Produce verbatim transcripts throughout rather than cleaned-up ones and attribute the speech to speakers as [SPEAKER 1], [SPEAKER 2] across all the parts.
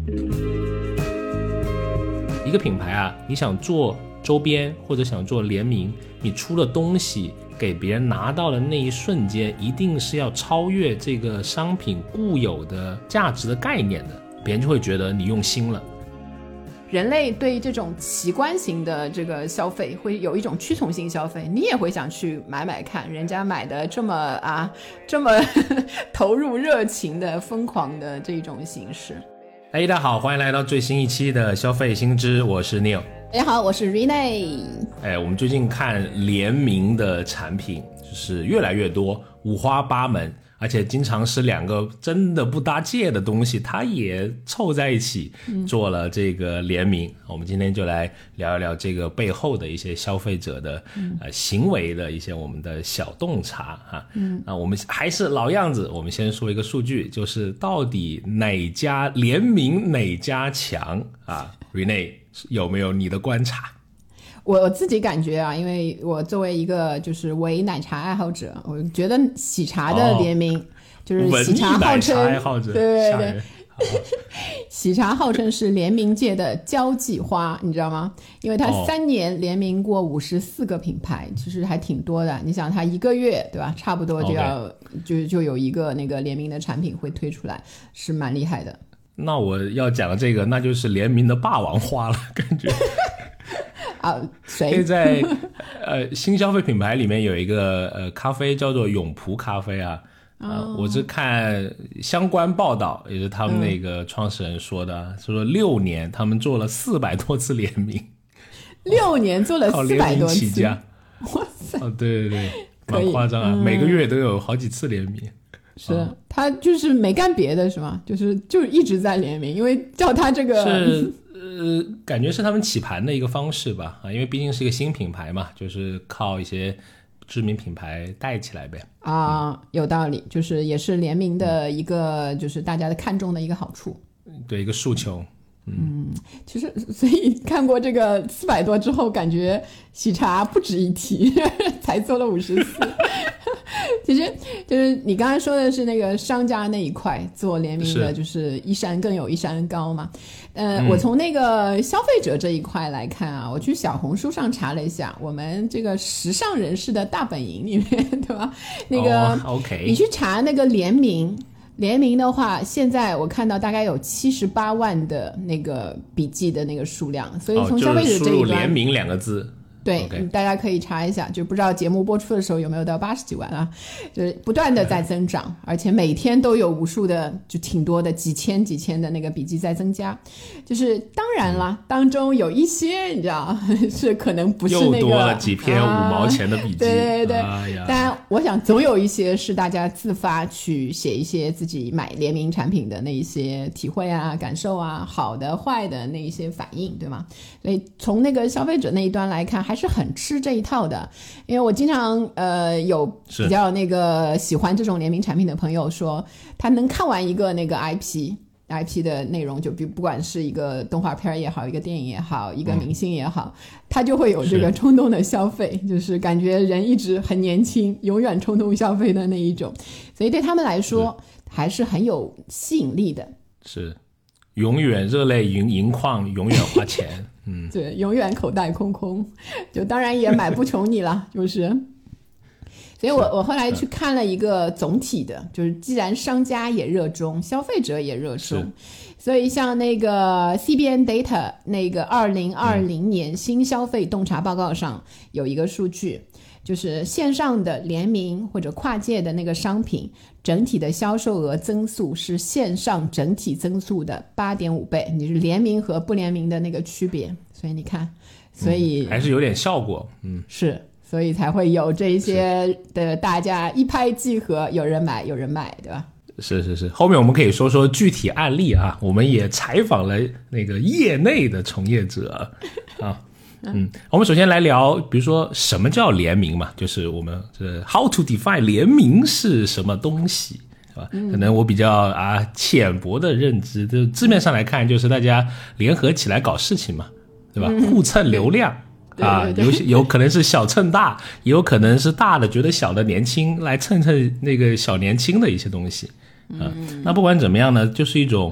[SPEAKER 1] 一个品牌啊，你想做周边或者想做联名，你出的东西给别人拿到的那一瞬间，一定是要超越这个商品固有的价值的概念的，别人就会觉得你用心了。
[SPEAKER 2] 人类对这种奇观型的这个消费会有一种趋从性消费，你也会想去买买看，人家买的这么啊这么投入热情的疯狂的这种形式。
[SPEAKER 1] 哎，大家好，欢迎来到最新一期的消费新知，我是 Neil。
[SPEAKER 2] 大家好，我是 Renee。
[SPEAKER 1] 哎，我们最近看联名的产品就是越来越多，五花八门，而且经常是两个真的不搭界的东西，它也凑在一起做了这个联名。嗯、我们今天就来聊一聊这个背后的一些消费者的、嗯呃、行为的一些我们的小洞察哈。嗯，啊，我们还是老样子，我们先说一个数据，就是到底哪家联名哪家强啊 ？Renee 有没有你的观察？
[SPEAKER 2] 我自己感觉啊，因为我作为一个就是伪奶茶爱好者，我觉得喜茶的联名、哦、就是喜茶号称
[SPEAKER 1] 爱好者，
[SPEAKER 2] 对对对，喜茶号称是联名界的交际花，你知道吗？因为它三年联名过五十四个品牌、哦、其实还挺多的。你想它一个月对吧，差不多就要、okay. 就就有一个那个联名的产品会推出来，是蛮厉害的。
[SPEAKER 1] 那我要讲的这个那就是联名的霸王花了，感觉
[SPEAKER 2] 啊，谁？
[SPEAKER 1] 因为在呃新消费品牌里面有一个呃咖啡叫做永璞咖啡啊，啊、呃哦，我是看相关报道，也是他们那个创始人说的，嗯、说六年他们做了四百多次联名，
[SPEAKER 2] 六年做了四百多次，
[SPEAKER 1] 起家，哇塞！哦，对对对，蛮夸张啊、嗯，每个月都有好几次联名。
[SPEAKER 2] 是、哦、他就是没干别的是吗？就是就一直在联名，因为叫他这个
[SPEAKER 1] 是呃，感觉是他们起盘的一个方式吧啊，因为毕竟是一个新品牌嘛，就是靠一些知名品牌带起来呗
[SPEAKER 2] 啊、嗯，有道理，就是也是联名的一个、嗯、就是大家的看重的一个好处，
[SPEAKER 1] 对，一个诉求。嗯,
[SPEAKER 2] 嗯，其实所以看过这个四百多之后，感觉喜茶不值一提，才做了五十四。其实就是你刚才说的是那个商家那一块做联名的，就是一山更有一山高嘛。呃、嗯，我从那个消费者这一块来看啊，我去小红书上查了一下，我们这个时尚人士的大本营里面，对吧？那个、
[SPEAKER 1] oh, OK，
[SPEAKER 2] 你去查那个联名。联名的话，现在我看到大概有七十八万的那个笔记的那个数量，所以从消费者这一端，哦，就是输入
[SPEAKER 1] 联名两个字，
[SPEAKER 2] 对、
[SPEAKER 1] okay.
[SPEAKER 2] 大家可以查一下，就不知道节目播出的时候有没有到八十几万啊，就是不断的在增长，而且每天都有无数的，就挺多的几千几千的那个笔记在增加。就是当然啦、嗯、当中有一些你知道是可能不是那个
[SPEAKER 1] 又多了几篇五毛钱的笔记、
[SPEAKER 2] 啊、对对对、
[SPEAKER 1] 哎、
[SPEAKER 2] 当然我想总有一些是大家自发去写一些自己买联名产品的那一些体会啊感受啊，好的坏的那一些反应，对吗？所以从那个消费者那一端来看还是很吃这一套的。因为我经常呃有比较那个喜欢这种联名产品的朋友说，他能看完一个那个 I P I P 的内容，就比不管是一个动画片也好，一个电影也好，一个明星也好、嗯、他就会有这个冲动的消费，就是感觉人一直很年轻，永远冲动消费的那一种，所以对他们来说还是很有吸引力的，是
[SPEAKER 1] 永远热泪盈盈眶，永远花钱嗯，
[SPEAKER 2] 对，永远口袋空空，就当然也买不穷你了就是所以我我后来去看了一个总体的，就是既然商家也热衷，消费者也热衷，所以像那个 C B N Data 那个二零二零年新消费洞察报告上有一个数据，就是线上的联名或者跨界的那个商品整体的销售额增速是线上整体增速的 八点五 倍，你是联名和不联名的那个区别，所以你看，所以、
[SPEAKER 1] 嗯、还是有点效果，嗯，
[SPEAKER 2] 是，所以才会有这些的大家一拍即合，有人买有人卖，对吧？
[SPEAKER 1] 是是是，后面我们可以说说具体案例啊，我们也采访了那个业内的从业者啊。嗯，我们首先来聊，比如说什么叫联名嘛，就是我们这 how to define 联名是什么东西，是吧？嗯、可能我比较啊浅薄的认知，就字面上来看，就是大家联合起来搞事情嘛，对吧？嗯、互蹭流量。啊，
[SPEAKER 2] 对对对，
[SPEAKER 1] 有有可能是小蹭大，也有可能是大的觉得小的年轻来蹭蹭那个小年轻的一些东西啊。嗯、那不管怎么样呢，就是一种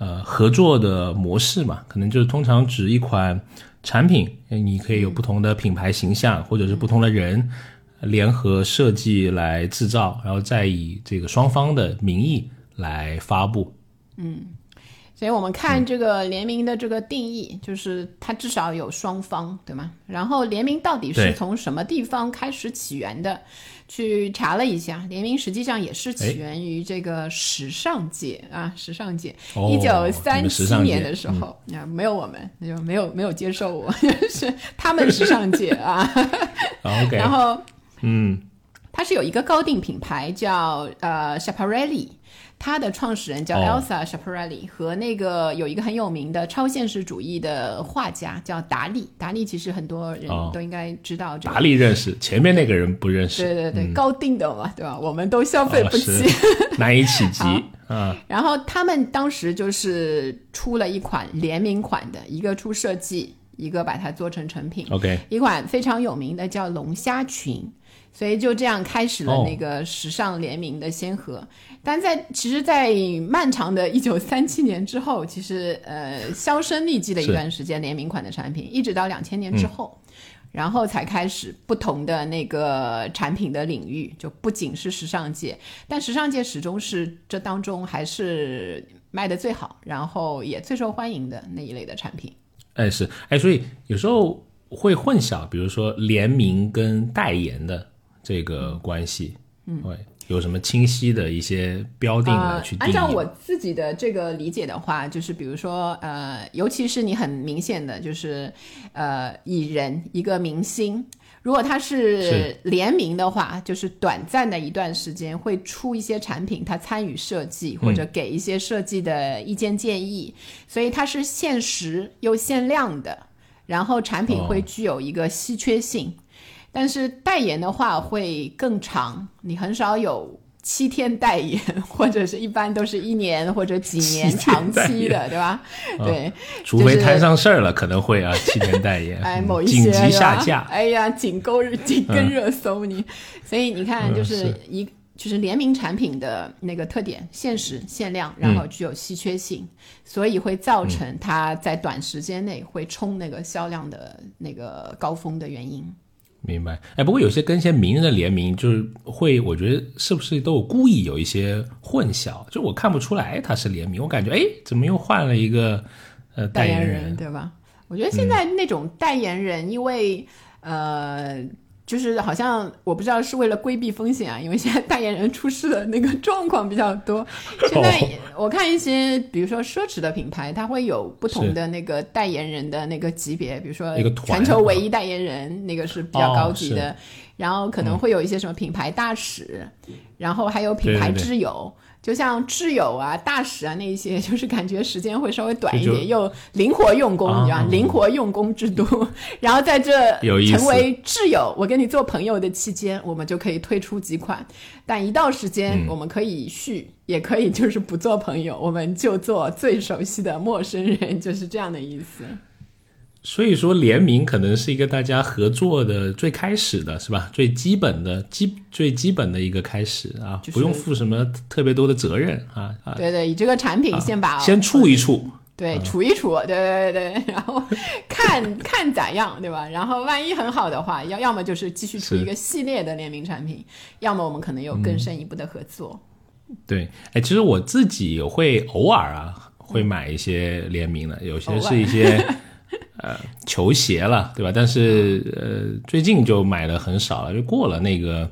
[SPEAKER 1] 呃合作的模式嘛，可能就是通常指一款产品，你可以有不同的品牌形象，或者是不同的人联合设计来制造，然后再以这个双方的名义来发布。
[SPEAKER 2] 嗯，所以我们看这个联名的这个定义，就是它至少有双方，对吗？然后联名到底是从什么地方开始起源的？去查了一下，联名实际上也是起源于这个时尚界啊，时尚界。一九三七年的时候，嗯、没有我们，就没有没有接受我，是他们时尚界啊。
[SPEAKER 1] okay,
[SPEAKER 2] 然后，
[SPEAKER 1] 嗯，
[SPEAKER 2] 它是有一个高定品牌叫呃 Schiaparelli。他的创始人叫 Elsa Schiaparelli、哦、和那个有一个很有名的超现实主义的画家叫达利，达利其实很多人都应该知道、这个哦、
[SPEAKER 1] 达利认识，前面那个人不认识。
[SPEAKER 2] 对对对、嗯、高定的嘛，对吧？我们都消费不起、
[SPEAKER 1] 哦、难以企及
[SPEAKER 2] 啊。然后他们当时就是出了一款联名款的，一个出设计，一个把它做成成品。
[SPEAKER 1] OK，
[SPEAKER 2] 一款非常有名的叫龙虾裙，所以就这样开始了那个时尚联名的先河、哦、但在其实在漫长的一九三七年之后，其实呃销声匿迹了一段时间联名款的产品，一直到两千年之后、嗯、然后才开始不同的那个产品的领域，就不仅是时尚界，但时尚界始终是这当中还是卖的最好，然后也最受欢迎的那一类的产品。
[SPEAKER 1] 哎是哎，所以有时候会混淆，比如说联名跟代言的这个关系，嗯，对，有什么清晰的一些标定来去定义、
[SPEAKER 2] 呃、按照我自己的这个理解的话，就是比如说呃，尤其是你很明显的就是呃，艺人一个明星，如果他是联名的话，就是短暂的一段时间会出一些产品，他参与设计或者给一些设计的意见建议、嗯、所以它是限时又限量的，然后产品会具有一个稀缺性、哦，但是代言的话会更长，你很少有七天代言，或者是一般都是一年或者几年长期的，对吧？哦、对，
[SPEAKER 1] 除非摊上事儿了、就是、可能会啊，七天代言。
[SPEAKER 2] 哎，某一些
[SPEAKER 1] 紧急下架，
[SPEAKER 2] 哎呀，紧勾紧跟热搜你、嗯，所以你看，就是一、嗯、是就是联名产品的那个特点，限时限量，然后具有稀缺性、嗯，所以会造成它在短时间内会冲那个销量的那个高峰的原因。
[SPEAKER 1] 明白。哎，不过有些跟一些名人的联名，就是会，我觉得是不是都有故意有一些混淆？就我看不出来他是联名，我感觉哎，怎么又换了一个呃代言人，
[SPEAKER 2] 代言人对吧？我觉得现在那种代言人，嗯、因为呃。就是好像我不知道是为了规避风险啊，因为现在代言人出事的那个状况比较多。现在我看一些比如说奢侈的品牌，它会有不同的那个代言人的那个级别，比如说全球唯一代言人、啊、那个是比较高级的、哦、然后可能会有一些什么品牌大使、嗯、然后还有品牌挚友，对对对，就像挚友啊大使啊那一些，就是感觉时间会稍微短一点，又灵活用工、啊、你知道灵活用工制度，然后在这成为挚友，我跟你做朋友的期间我们就可以推出几款，但一到时间、嗯、我们可以续也可以就是不做朋友，我们就做最熟悉的陌生人，就是这样的意思。
[SPEAKER 1] 所以说联名可能是一个大家合作的最开始的是吧，最基本的基最基本的一个开始啊、就是、不用负什么特别多的责任啊。
[SPEAKER 2] 对对，以这个产品先把、
[SPEAKER 1] 啊、先处一处，
[SPEAKER 2] 对，处一处，对对对，然后看看咋样，对吧？然后万一很好的话，要要么就是继续出一个系列的联名产品，要么我们可能有更深一步的合作。
[SPEAKER 1] 嗯、对，哎，其实我自己也会偶尔啊会买一些联名的，有些是一些呃球鞋了，对吧？但是呃最近就买的很少了，就过了那个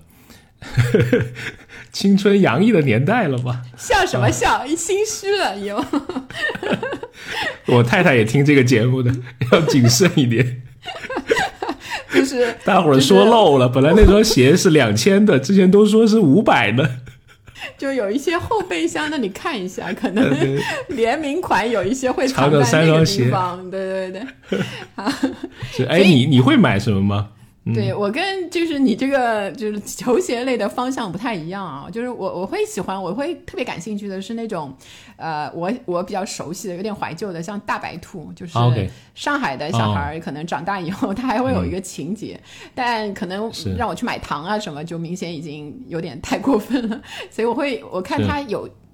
[SPEAKER 1] 青春洋溢的年代了吧？
[SPEAKER 2] 笑什么笑？一、啊、心虚了又。
[SPEAKER 1] 我太太也听这个节目的，要谨慎一点。
[SPEAKER 2] 就是
[SPEAKER 1] 大伙儿说漏了、就是，本来那双鞋是两千的，之前都说是五百的。
[SPEAKER 2] 就有一些后备箱的，你看一下，可能联名款有一些会藏在那个地方。对对对。
[SPEAKER 1] 是哎，你你会买什么吗？
[SPEAKER 2] 嗯、对，我跟就是你这个就是球鞋类的方向不太一样啊，就是我我会喜欢，我会特别感兴趣的是那种呃我我比较熟悉的有点怀旧的，像大白兔，就是上海的小孩可能长大以后他还会有一个情节、嗯、但可能让我去买糖啊什么就明显已经有点太过分了，所以我会我看他有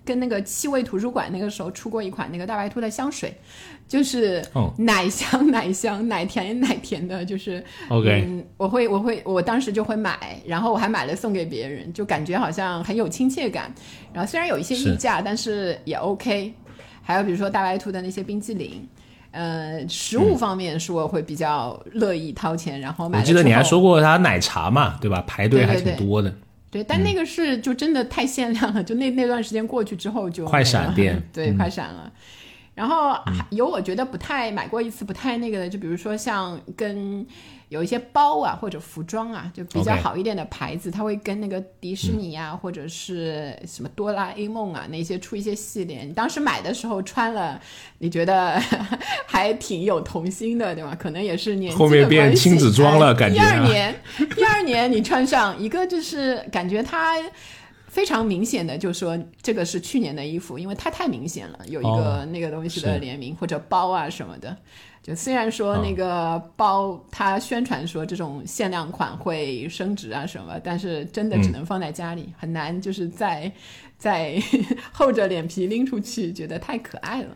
[SPEAKER 2] 跟那个气味图书馆那个时候出过一款那个大白兔的香水，就是奶香、哦、奶香奶甜奶甜的，就是
[SPEAKER 1] OK、
[SPEAKER 2] 嗯、我会我会我当时就会买，然后我还买了送给别人，就感觉好像很有亲切感，然后虽然有一些溢价，但是也 OK。还有比如说大白兔的那些冰淇淋，呃，食物方面是我会比较乐意掏钱、嗯、然后买了之后。
[SPEAKER 1] 我记得你还说过它奶茶嘛，对吧？排队还挺多的。
[SPEAKER 2] 对对对对，但那个是就真的太限量了，嗯、就那那段时间过去之后就
[SPEAKER 1] 快闪店，
[SPEAKER 2] 对、
[SPEAKER 1] 嗯，
[SPEAKER 2] 快闪了。然后有我觉得不太买过一次不太那个的，就比如说像跟有一些包啊或者服装啊，就比较好一点的牌子， okay. 它会跟那个迪士尼啊、嗯、或者是什么哆啦 A 梦啊那些出一些系列，你当时买的时候穿了你觉得还挺有童心的，对吧？可能也是年纪的关系，后面
[SPEAKER 1] 变亲子装了、呃、感觉、啊、
[SPEAKER 2] 第二年第二年你穿上一个就是感觉它非常明显的就说这个是去年的衣服，因为它太明显了，有一个那个东西的联名、哦、或者包啊什么的。就虽然说那个包它宣传说这种限量款会升值啊什么，但是真的只能放在家里、嗯、很难就是在在厚着脸皮拎出去，觉得太可爱了。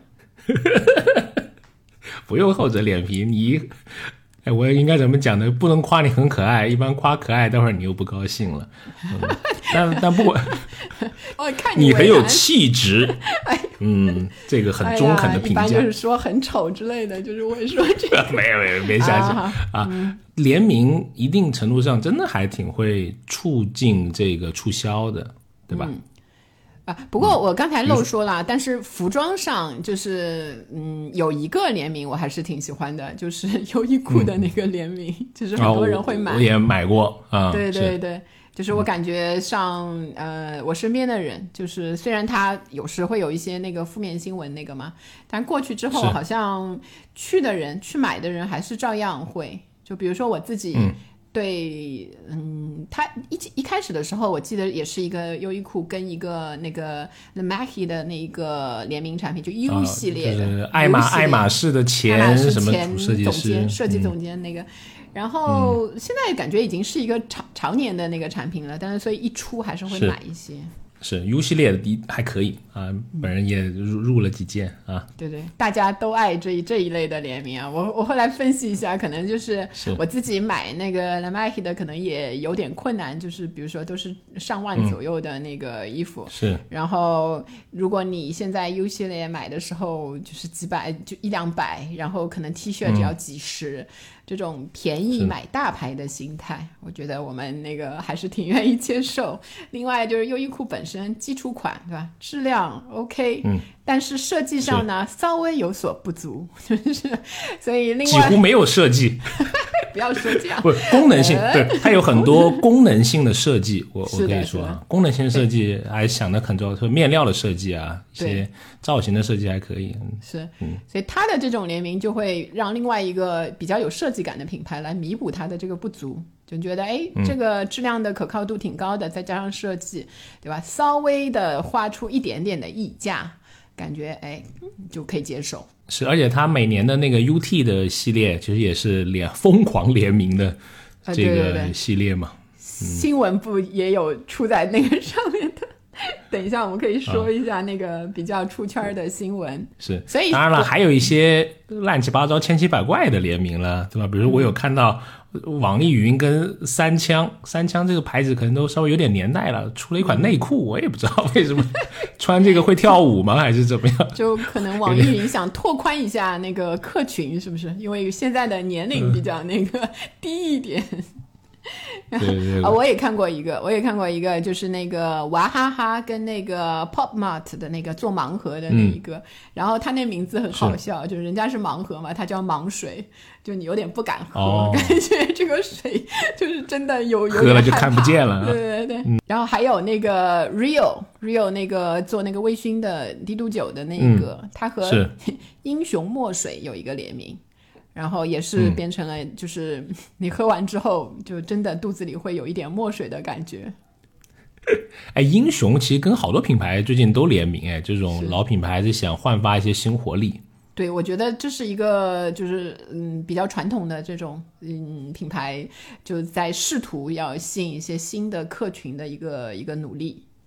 [SPEAKER 1] 不用厚着脸皮，你哎，我应该怎么讲呢？不能夸你很可爱，一般夸可爱，待会儿你又不高兴了。嗯、但但不管，
[SPEAKER 2] 哦，看你
[SPEAKER 1] 你很有气质，嗯，这个很中肯的评价。
[SPEAKER 2] 哎、一般就是说很丑之类的，就是会说这个。
[SPEAKER 1] 没有没有，别瞎讲 啊！啊嗯、联名一定程度上真的还挺会促进这个促销的，对吧？嗯
[SPEAKER 2] 啊，不过我刚才漏说了、嗯、但是服装上就是嗯有一个联名我还是挺喜欢的，就是优衣库的那个联名、嗯、就是很多人会买、
[SPEAKER 1] 哦、我, 我也买过啊。
[SPEAKER 2] 对对对，就是我感觉上、嗯、呃我身边的人就是虽然他有时会有一些那个负面新闻那个嘛，但过去之后好像去的人去买的人还是照样会，就比如说我自己、嗯对，嗯，他一一开始的时候，我记得也是一个优衣库跟一个那个 The Mackie 的那一个联名产品，就 U 系列的，
[SPEAKER 1] 哦就是爱马爱马仕的前什么设计师、
[SPEAKER 2] 设计总监那个。嗯、然后现在感觉已经是一个常常年的那个产品了，但是所以一出还是会买一些。
[SPEAKER 1] 是 U 系列的还可以啊，本人也入入了几件啊。
[SPEAKER 2] 对对，大家都爱这一这一类的联名啊。我我后来分析一下，可能就是我自己买那个 La Mackie 的，可能也有点困难，就是比如说都是上万左右的那个衣服。
[SPEAKER 1] 嗯、是。
[SPEAKER 2] 然后如果你现在 U 系列买的时候，就是几百就一两百，然后可能 T 恤只要几十。嗯，这种便宜买大牌的心态，我觉得我们那个还是挺愿意接受。另外就是优衣库本身基础款，对吧？质量 OK，嗯，但是设计上呢稍微有所不足，就是所以另外
[SPEAKER 1] 几乎没有设计。
[SPEAKER 2] 不要说这样，
[SPEAKER 1] 不功能性，对，它有很多功能性的设计，我我可以说啊，功能性设计还想得很多，说面料的设计啊，一些造型的设计还可以。
[SPEAKER 2] 是，嗯，所以它的这种联名就会让另外一个比较有设计感的品牌来弥补它的这个不足，就觉得哎，这个质量的可靠度挺高的，再加上设计，对吧？稍微的花出一点点的溢价，感觉哎就可以接受。
[SPEAKER 1] 是，而且它每年的那个 U T 的系列其实也是联疯狂联名的这个系列嘛、呃
[SPEAKER 2] 对对对嗯、新闻部也有出在那个上面的。等一下我们可以说一下那个比较出圈的新闻、嗯、
[SPEAKER 1] 是，
[SPEAKER 2] 所以
[SPEAKER 1] 当然了还有一些乱七八糟千奇百怪的联名了，对吧？比如我有看到网易云跟三枪三枪这个牌子可能都稍微有点年代了，出了一款内裤，我也不知道为什么穿这个会跳舞吗还是怎么样，
[SPEAKER 2] 就可能网易云想拓宽一下那个客群，是不是因为现在的年龄比较那个低一点、嗯
[SPEAKER 1] 对对对、
[SPEAKER 2] 啊、我也看过一个我也看过一个就是那个娃哈哈跟那个 Pop Mart 的那个做盲盒的那一个、嗯、然后他那名字很好笑，就是人家是盲盒嘛，他叫盲水，就你有点不敢喝、哦、感觉这个水就是真的有有
[SPEAKER 1] 喝了就看不见了、啊、
[SPEAKER 2] 对对对、嗯、然后还有那个 Rio Rio 那个做那个微醺的低度酒的那一个、嗯、他和英雄墨水有一个联名，然后也是变成了就是你喝完之后就真的肚子里会有一点墨水的感觉。
[SPEAKER 1] 哎，英雄其实跟好多品牌最近都联名，哎，这种老品牌还是想焕发一些新活力。
[SPEAKER 2] 对，我觉得这是一个就是嗯比较传统的这种嗯品牌就在试图要吸引一些新的客群的一个一个努力。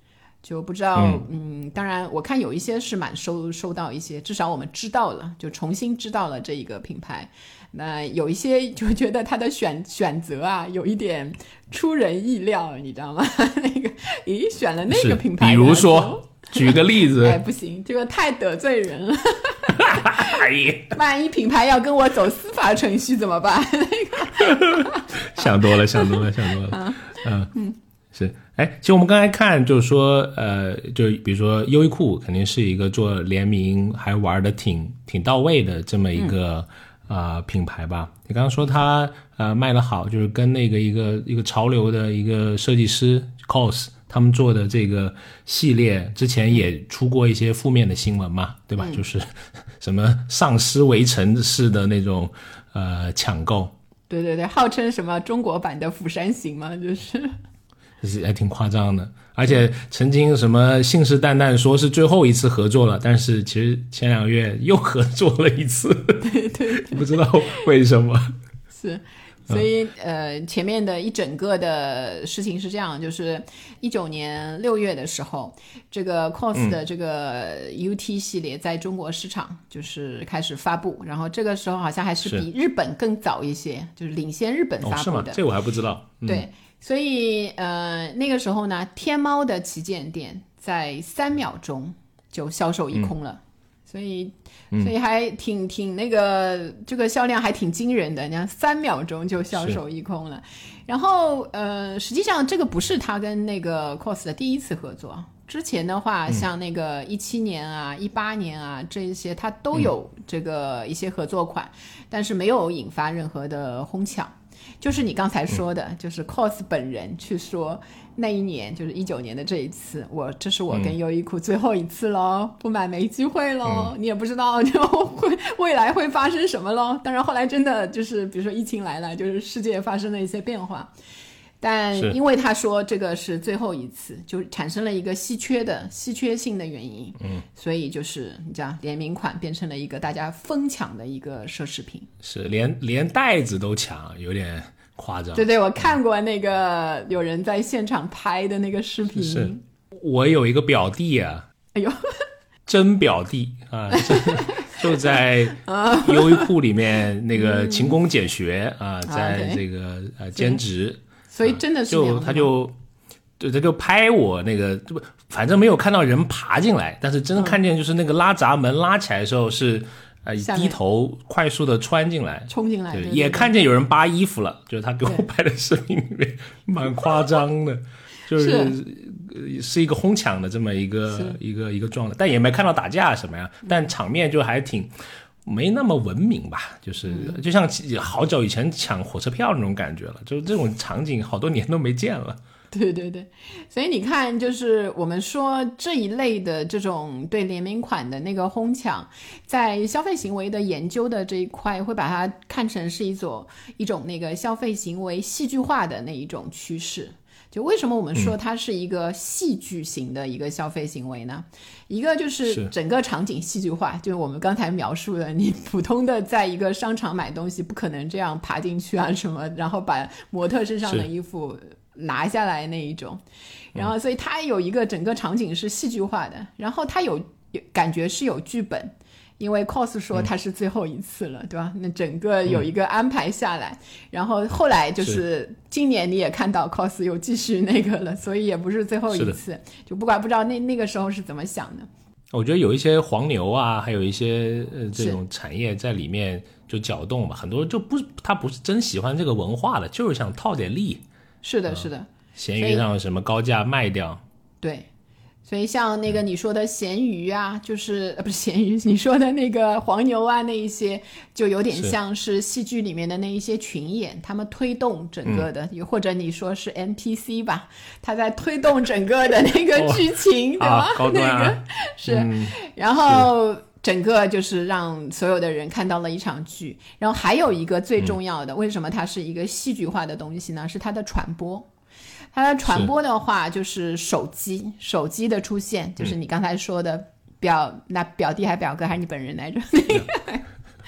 [SPEAKER 2] 就不知道，嗯, 嗯，当然我看有一些是蛮收收到一些，至少我们知道了，就重新知道了这一个品牌。那有一些就觉得他的选选择啊，有一点出人意料，你知道吗？那个，咦，选了那个品牌，
[SPEAKER 1] 比如说，举个例子，
[SPEAKER 2] 哎，不行，这个太得罪人了。万一品牌要跟我走司法程序怎么办？那
[SPEAKER 1] 个想多了，想多了，想多了。啊、嗯嗯。是，哎，其实我们刚才看，就是说，呃，就比如说优衣库肯定是一个做联名还玩的挺挺到位的这么一个、嗯、呃品牌吧。你刚刚说它呃卖得好，就是跟那个一个一个潮流的一个设计师 C O S 他们做的这个系列，之前也出过一些负面的新闻嘛，对吧？嗯、就是什么丧尸围城式的那种呃抢购。
[SPEAKER 2] 对对对，号称什么中国版的釜山行嘛，就是。
[SPEAKER 1] 还挺夸张的，而且曾经什么信誓旦旦说是最后一次合作了，但是其实前两个月又合作了一次，
[SPEAKER 2] 对 对, 对，
[SPEAKER 1] 不知道为什么。
[SPEAKER 2] 是，所以、嗯、呃，前面的一整个的事情是这样，就是一九年六月的时候，这个 C O S 的这个 U T 系列在中国市场就是开始发布，然后这个时候好像还是比日本更早一些，就是领先日本发布的。
[SPEAKER 1] 哦、是吗？这我还不知道。
[SPEAKER 2] 嗯、对。所以呃，那个时候呢，天猫的旗舰店在三秒钟就销售一空了，嗯、所以所以还挺挺那个这个销量还挺惊人的，你看三秒钟就销售一空了。然后呃，实际上这个不是他跟那个 C O S 的第一次合作，之前的话，像那个一七年啊、一八年啊这一些，他都有这个一些合作款，嗯、但是没有引发任何的哄抢。就是你刚才说的、嗯、就是 C O S 本人去说那一年就是一九年的这一次，我这是我跟优衣库最后一次咯、嗯、不买没机会咯、嗯、你也不知道就会未来会发生什么咯。当然后来真的就是比如说疫情来了，就是世界发生了一些变化，但因为他说这个是最后一次，就产生了一个稀缺的稀缺性的原因，嗯，所以就是你知道联名款变成了一个大家疯抢的一个奢侈品，
[SPEAKER 1] 是连连袋子都抢，有点夸张。
[SPEAKER 2] 对对，我看过那个有人在现场拍的那个视频。
[SPEAKER 1] 是，我有一个表弟啊，
[SPEAKER 2] 哎呦，
[SPEAKER 1] 真表弟啊，就在优衣库里面那个勤工俭学啊，在这个呃兼职。
[SPEAKER 2] 所以真的是这样、
[SPEAKER 1] 啊、就他就就他就拍我那个，反正没有看到人爬进来，但是真的看见就是那个拉闸门拉起来的时候是、嗯、呃低头快速的穿进来
[SPEAKER 2] 冲进来，
[SPEAKER 1] 对，
[SPEAKER 2] 对对对，
[SPEAKER 1] 也看见有人扒衣服了，就是他给我拍的视频里面蛮夸张的，就是是, 是一个哄抢的这么一个一个一个状态，但也没看到打架什么呀，但场面就还挺没那么文明吧，就是就像好久以前抢火车票那种感觉了，就是这种场景好多年都没见了。
[SPEAKER 2] 对对对，所以你看，就是我们说这一类的这种对联名款的那个哄抢，在消费行为的研究的这一块，会把它看成是一种一种那个消费行为戏剧化的那一种趋势。就为什么我们说它是一个戏剧型的一个消费行为呢？嗯、一个就是整个场景戏剧化，就是我们刚才描述的，你普通的在一个商场买东西，不可能这样爬进去啊什么，然后把模特身上的衣服拿下来那一种，然后所以它有一个整个场景是戏剧化的，然后它有感觉是有剧本。因为 C O S 说它是最后一次了、嗯、对吧，那整个有一个安排下来、嗯、然后后来就是今年你也看到 C O S 又继续那个了，所以也不是最后一次，就不管不知道那那个时候是怎么想的。
[SPEAKER 1] 我觉得有一些黄牛啊，还有一些呃这种产业在里面就搅动嘛，很多就不他不是真喜欢这个文化的，就是想套点利。
[SPEAKER 2] 是的是的、呃、
[SPEAKER 1] 闲鱼上什么高价卖掉。
[SPEAKER 2] 对，所以像那个你说的咸鱼啊，就是呃不是咸鱼，你说的那个黄牛啊，那一些就有点像是戏剧里面的那一些群演，他们推动整个的、嗯、或者你说是 N P C 吧，他在推动整个的那个剧情、哦、对吧、
[SPEAKER 1] 啊、高端啊、
[SPEAKER 2] 那个是、嗯、然后整个就是让所有的人看到了一场剧。然后还有一个最重要的、嗯、为什么它是一个戏剧化的东西呢？是它的传播。它的传播的话就是手机手机的出现，就是你刚才说的表、嗯、那表弟还表哥还是你本人来着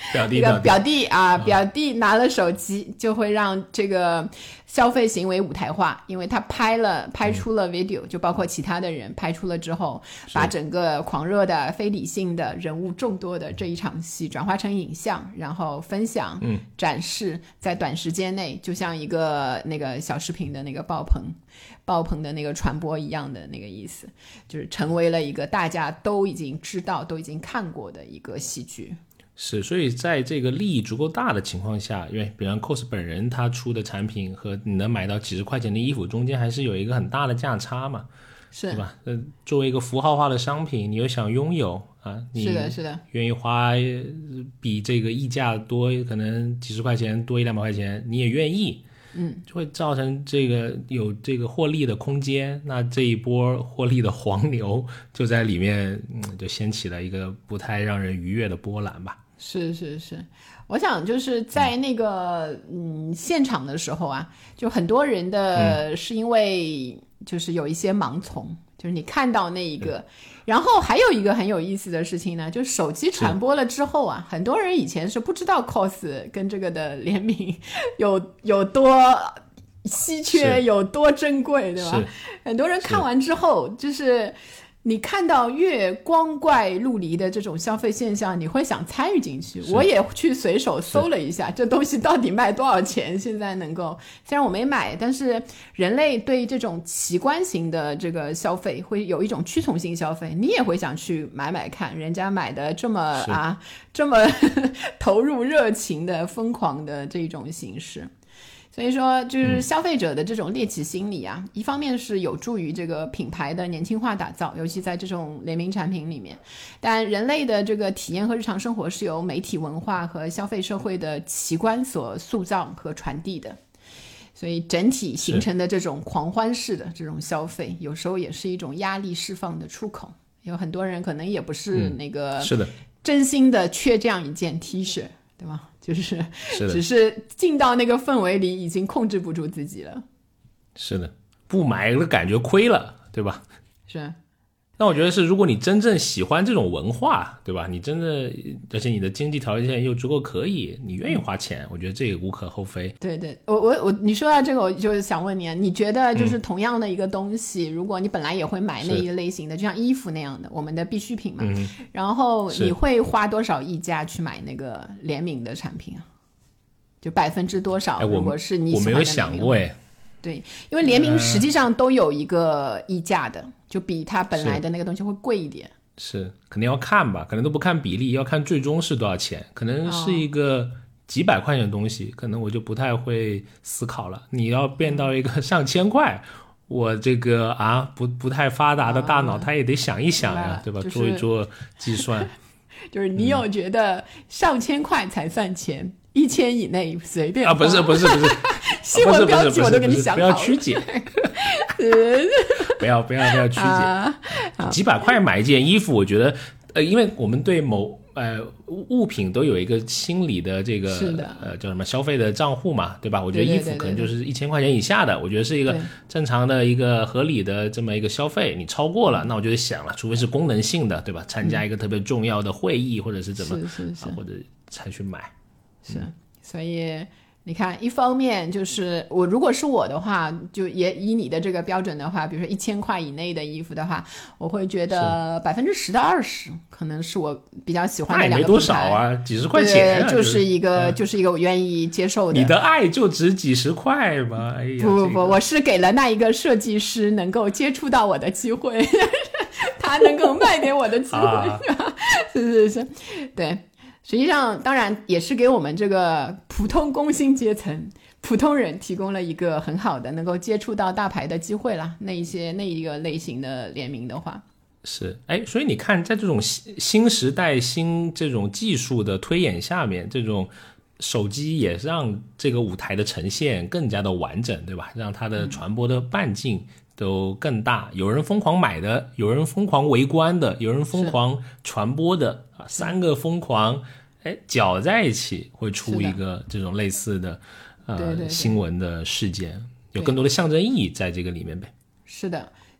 [SPEAKER 1] 表弟
[SPEAKER 2] 这个表弟啊，
[SPEAKER 1] 啊
[SPEAKER 2] 表弟拿了手机就会让这个消费行为舞台化，因为他拍了拍出了 video，、嗯、就包括其他的人拍出了之后，把整个狂热的非理性的人物众多的这一场戏转化成影像，然后分享、
[SPEAKER 1] 嗯、
[SPEAKER 2] 展示，在短时间内就像一个那个小视频的那个爆棚爆棚的那个传播一样的那个意思，就是成为了一个大家都已经知道都已经看过的一个戏剧。
[SPEAKER 1] 是，所以在这个利益足够大的情况下，因为比方 C O S 本人他出的产品和你能买到几十块钱的衣服中间还是有一个很大的价差嘛，
[SPEAKER 2] 是，
[SPEAKER 1] 对吧？呃，作为一个符号化的商品，你又想拥有啊，你
[SPEAKER 2] 是的，是的，
[SPEAKER 1] 愿意花比这个溢价多，可能几十块钱多一两百块钱，你也愿意。
[SPEAKER 2] 嗯，
[SPEAKER 1] 就会造成这个有这个获利的空间，那这一波获利的黄牛就在里面，嗯，就掀起了一个不太让人愉悦的波澜吧。
[SPEAKER 2] 是是是，我想就是在那个 嗯, 嗯现场的时候啊，就很多人的是因为就是有一些盲从，嗯、就是你看到那一个。然后还有一个很有意思的事情呢，就是手机传播了之后啊，很多人以前是不知道 C O S 跟这个的联名有有多稀缺，有多珍贵，对吧？很多人看完之后，就是你看到越光怪陆离的这种消费现象，你会想参与进去。我也去随手搜了一下，这东西到底卖多少钱？现在能够，虽然我没买，但是人类对这种奇观型的这个消费会有一种趋从性消费，你也会想去买买看，人家买的这么啊这么投入热情的疯狂的这种形式。所以说就是消费者的这种猎奇心理啊、嗯、一方面是有助于这个品牌的年轻化打造，尤其在这种联名产品里面，但人类的这个体验和日常生活是由媒体文化和消费社会的奇观所塑造和传递的，所以整体形成的这种狂欢式的这种消费有时候也是一种压力释放的出口。有很多人可能也不是那个
[SPEAKER 1] 是的
[SPEAKER 2] 真心的缺这样一件 T 恤，对吗？就是
[SPEAKER 1] 是
[SPEAKER 2] 只是进到那个氛围里已经控制不住自己了。
[SPEAKER 1] 是的，不买了感觉亏了，对吧？
[SPEAKER 2] 是。
[SPEAKER 1] 那我觉得是，如果你真正喜欢这种文化，对吧？你真的，而且你的经济条件又足够可以，你愿意花钱，我觉得这个无可厚非。
[SPEAKER 2] 对对，我我我，你说到这个，我就想问你，你觉得就是同样的一个东西，嗯、如果你本来也会买那一类型的，就像衣服那样的，我们的必需品嘛，
[SPEAKER 1] 嗯、
[SPEAKER 2] 然后你会花多少溢价去买那个联名的产品啊？就百分之多少？
[SPEAKER 1] 哎、
[SPEAKER 2] 如果是你喜欢的
[SPEAKER 1] 我没有想过哎。
[SPEAKER 2] 对，因为联名实际上都有一个溢价的，呃、就比它本来的那个东西会贵一点。
[SPEAKER 1] 是，是肯定要看吧，可能都不看比例，要看最终是多少钱。可能是一个几百块钱的东西，哦、可能我就不太会思考了。你要变到一个上千块，我这个啊不不太发达的大脑，它也得想一想呀，对吧？
[SPEAKER 2] 就是、
[SPEAKER 1] 做一做计算。
[SPEAKER 2] 就是你有觉得上千块才算钱？一千以内随便
[SPEAKER 1] 啊，不是不是不是，
[SPEAKER 2] 新闻标题我都给你想好了，
[SPEAKER 1] 不要曲解，不要不要不要曲解、啊，几百块买一件衣服，我觉得，呃，因为我们对某呃物品都有一个心理的这个呃叫什么消费的账户嘛，对吧？我觉得衣服可能就是一千块钱以下的，我觉得是一个正常的一个合理的这么一个消费，你超过了，那我就得想了，除非是功能性的，对吧？参加一个特别重要的会议、嗯、或者是怎么，
[SPEAKER 2] 是是是、
[SPEAKER 1] 啊，或者才去买。
[SPEAKER 2] 是，所以你看，一方面就是我如果是我的话，就也以你的这个标准的话，比如说一千块以内的衣服的话，我会觉得百分之十到二十可能是我比较喜欢的两个品牌。那也没多
[SPEAKER 1] 少啊，几十块钱、啊，
[SPEAKER 2] 就是一个、
[SPEAKER 1] 嗯、
[SPEAKER 2] 就是一个我愿意接受的。
[SPEAKER 1] 你的爱就值几十块嘛？哎呀，
[SPEAKER 2] 不不不、
[SPEAKER 1] 这个，
[SPEAKER 2] 我是给了那一个设计师能够接触到我的机会，他能够卖给我的机会，啊、是是是，对。实际上当然也是给我们这个普通工薪阶层普通人提供了一个很好的能够接触到大牌的机会啦，那一些那一个类型的联名的话
[SPEAKER 1] 是，哎，所以你看在这种新时代新这种技术的推演下面，这种手机也让这个舞台的呈现更加的完整，对吧？让它的传播的半径都更大，有人疯狂买的，有人疯狂围观的，有人疯狂传播的啊，三个疯狂哎搅在一起，会出一个这种类似的呃
[SPEAKER 2] 对对对
[SPEAKER 1] 新闻的事件，有更多的象征意义在这个里面呗。
[SPEAKER 2] 是的，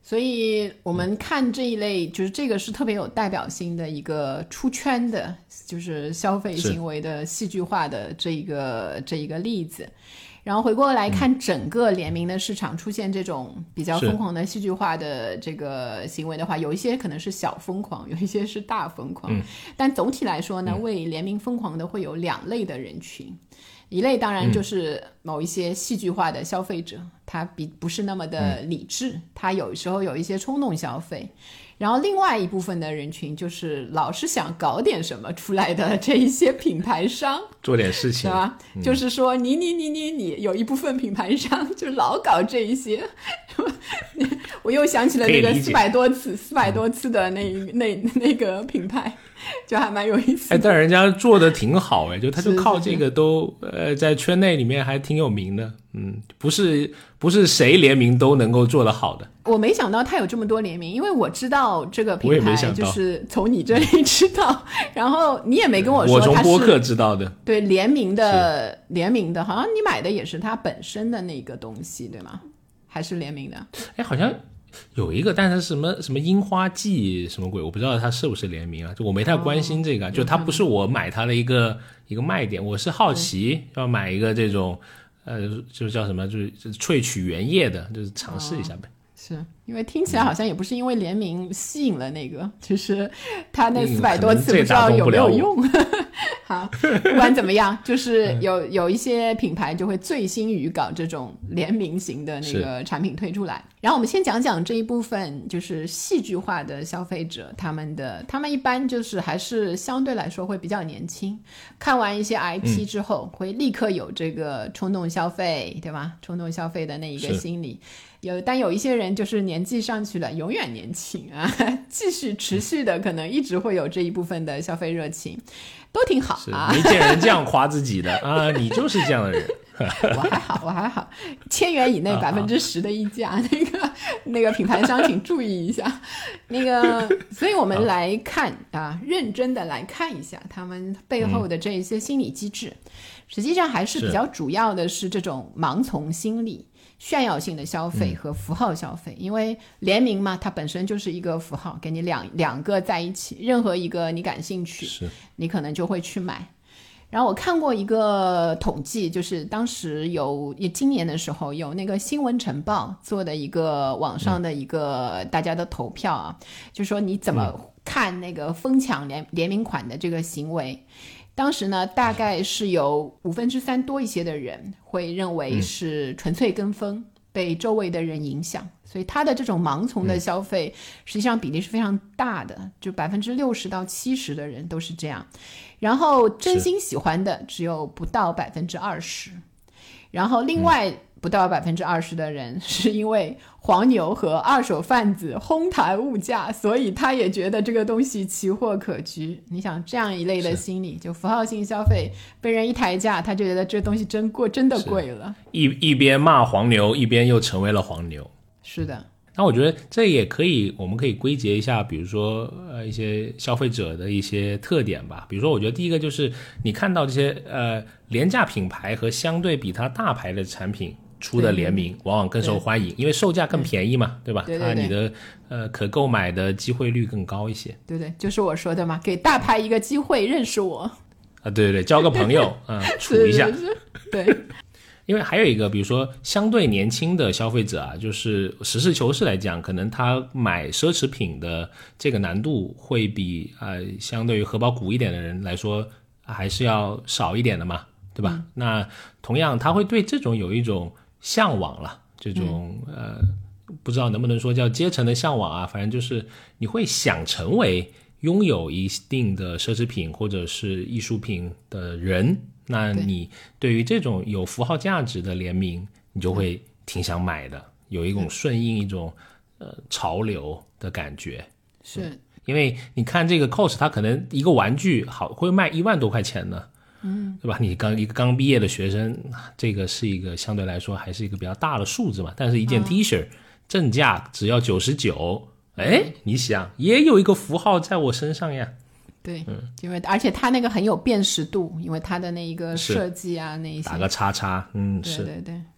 [SPEAKER 2] 所以我们看这一类，就是这个是特别有代表性的一个出圈的，就是消费行为的戏剧化的这一个这一个例子。然后回过来看整个联名的市场出现这种比较疯狂的戏剧化的这个行为的话，有一些可能是小疯狂，有一些是大疯狂、嗯、但总体来说呢、嗯、为联名疯狂的会有两类的人群。一类当然就是某一些戏剧化的消费者、嗯、他比不是那么的理智、嗯、他有时候有一些冲动消费。然后另外一部分的人群就是老是想搞点什么出来的这一些品牌商，
[SPEAKER 1] 做点事情，
[SPEAKER 2] 对吧、嗯、就是说你你你你你有一部分品牌商就老搞这一些我又想起了那个四百多次四百多次的那那那个品牌，就还蛮有意思的。
[SPEAKER 1] 哎，但人家做的挺好哎，就他就靠这个都呃在圈内里面还挺有名的。嗯，不是不是谁联名都能够做得好的。
[SPEAKER 2] 我没想到他有这么多联名，因为我知道这个品牌就是从你这里知道，然后你也没跟我说
[SPEAKER 1] 我从播客知道的。
[SPEAKER 2] 对，联名的联名的，好像你买的也是他本身的那个东西，对吗？还是联名的？
[SPEAKER 1] 哎，好像有一个，但是什么什么樱花季什么鬼，我不知道它是不是联名啊，就我没太关心这个，哦、就它不是我买它的一个一个卖点，我是好奇要买一个这种。呃，就叫什么，就是萃取原液的，就是尝试一下呗。
[SPEAKER 2] 哦、是因为听起来好像也不是因为联名吸引了那个，嗯、就是他那四百多次不知道有没有用。好，不管怎么样，就是有有一些品牌就会醉心于搞这种联名型的那个产品推出来。然后我们先讲讲这一部分，就是戏剧化的消费者，他们的他们一般就是还是相对来说会比较年轻，看完一些 I P 之后、嗯、会立刻有这个冲动消费，对吧？冲动消费的那一个心理。有，但有一些人就是年纪上去了，永远年轻啊，继续持续的可能一直会有这一部分的消费热情，都挺好啊。
[SPEAKER 1] 没见人这样夸自己的啊，你就是这样的人。
[SPEAKER 2] 我还好，我还好，千元以内百分之十的溢价，那个那个品牌商请注意一下。那个，所以我们来看啊，认真的来看一下他们背后的这一些心理机制，嗯、实际上还是比较主要的是这种盲从心理。炫耀性的消费和符号消费、嗯、因为联名嘛，它本身就是一个符号，给你两两个在一起，任何一个你感兴趣你可能就会去买。然后我看过一个统计，就是当时有今年的时候有那个新闻晨报做的一个网上的一个大家的投票啊、嗯、就是说你怎么看那个疯抢联联名款的这个行为。当时呢，大概是有五分之三多一些的人会认为是纯粹跟风、嗯、被周围的人影响，所以他的这种盲从的消费、嗯、实际上比例是非常大的，就百分之六十到七十的人都是这样。然后真心喜欢的只有不到百分之二十，然后另外不到百分之二十的人是因为黄牛和二手贩子哄抬物价，所以他也觉得这个东西奇货可居。你想这样一类的心理，就符号性消费，被人一抬价，他就觉得这东西真贵，真的贵了。
[SPEAKER 1] 一一边骂黄牛，一边又成为了黄牛。
[SPEAKER 2] 是的。
[SPEAKER 1] 那我觉得这也可以，我们可以归结一下，比如说呃一些消费者的一些特点吧。比如说，我觉得第一个就是你看到这些呃廉价品牌和相对比它大牌的产品出的联名，往往更受欢迎，因为售价更便宜嘛， 对, 对吧？
[SPEAKER 2] 对对对，
[SPEAKER 1] 它你的呃可购买的机会率更高一些。
[SPEAKER 2] 对对，就是我说的嘛，给大牌一个机会认识我
[SPEAKER 1] 啊，对对对，交个朋友啊、嗯，处一下，
[SPEAKER 2] 是是是对。
[SPEAKER 1] 因为还有一个，比如说相对年轻的消费者啊，就是实事求是来讲，可能他买奢侈品的这个难度会比呃相对于荷包鼓一点的人来说还是要少一点的嘛，对吧？嗯、那同样他会对这种有一种向往了，这种、嗯、呃不知道能不能说叫阶层的向往啊，反正就是你会想成为拥有一定的奢侈品或者是艺术品的人。那你对于这种有符号价值的联名，你就会挺想买的，有一种顺应一种呃潮流的感觉。
[SPEAKER 2] 是、嗯、
[SPEAKER 1] 因为你看这个 cos 它可能一个玩具好会卖一万多块钱呢，嗯，对吧？你刚一个刚毕业的学生，这个是一个相对来说还是一个比较大的数字嘛，但是一件 T 恤、嗯、正价只要九十九，哎，你想也有一个符号在我身上呀。
[SPEAKER 2] 对，嗯，因为而且它那个很有辨识度，因为它的那一个设计啊，那一些
[SPEAKER 1] 打个叉叉，嗯，
[SPEAKER 2] 对对对，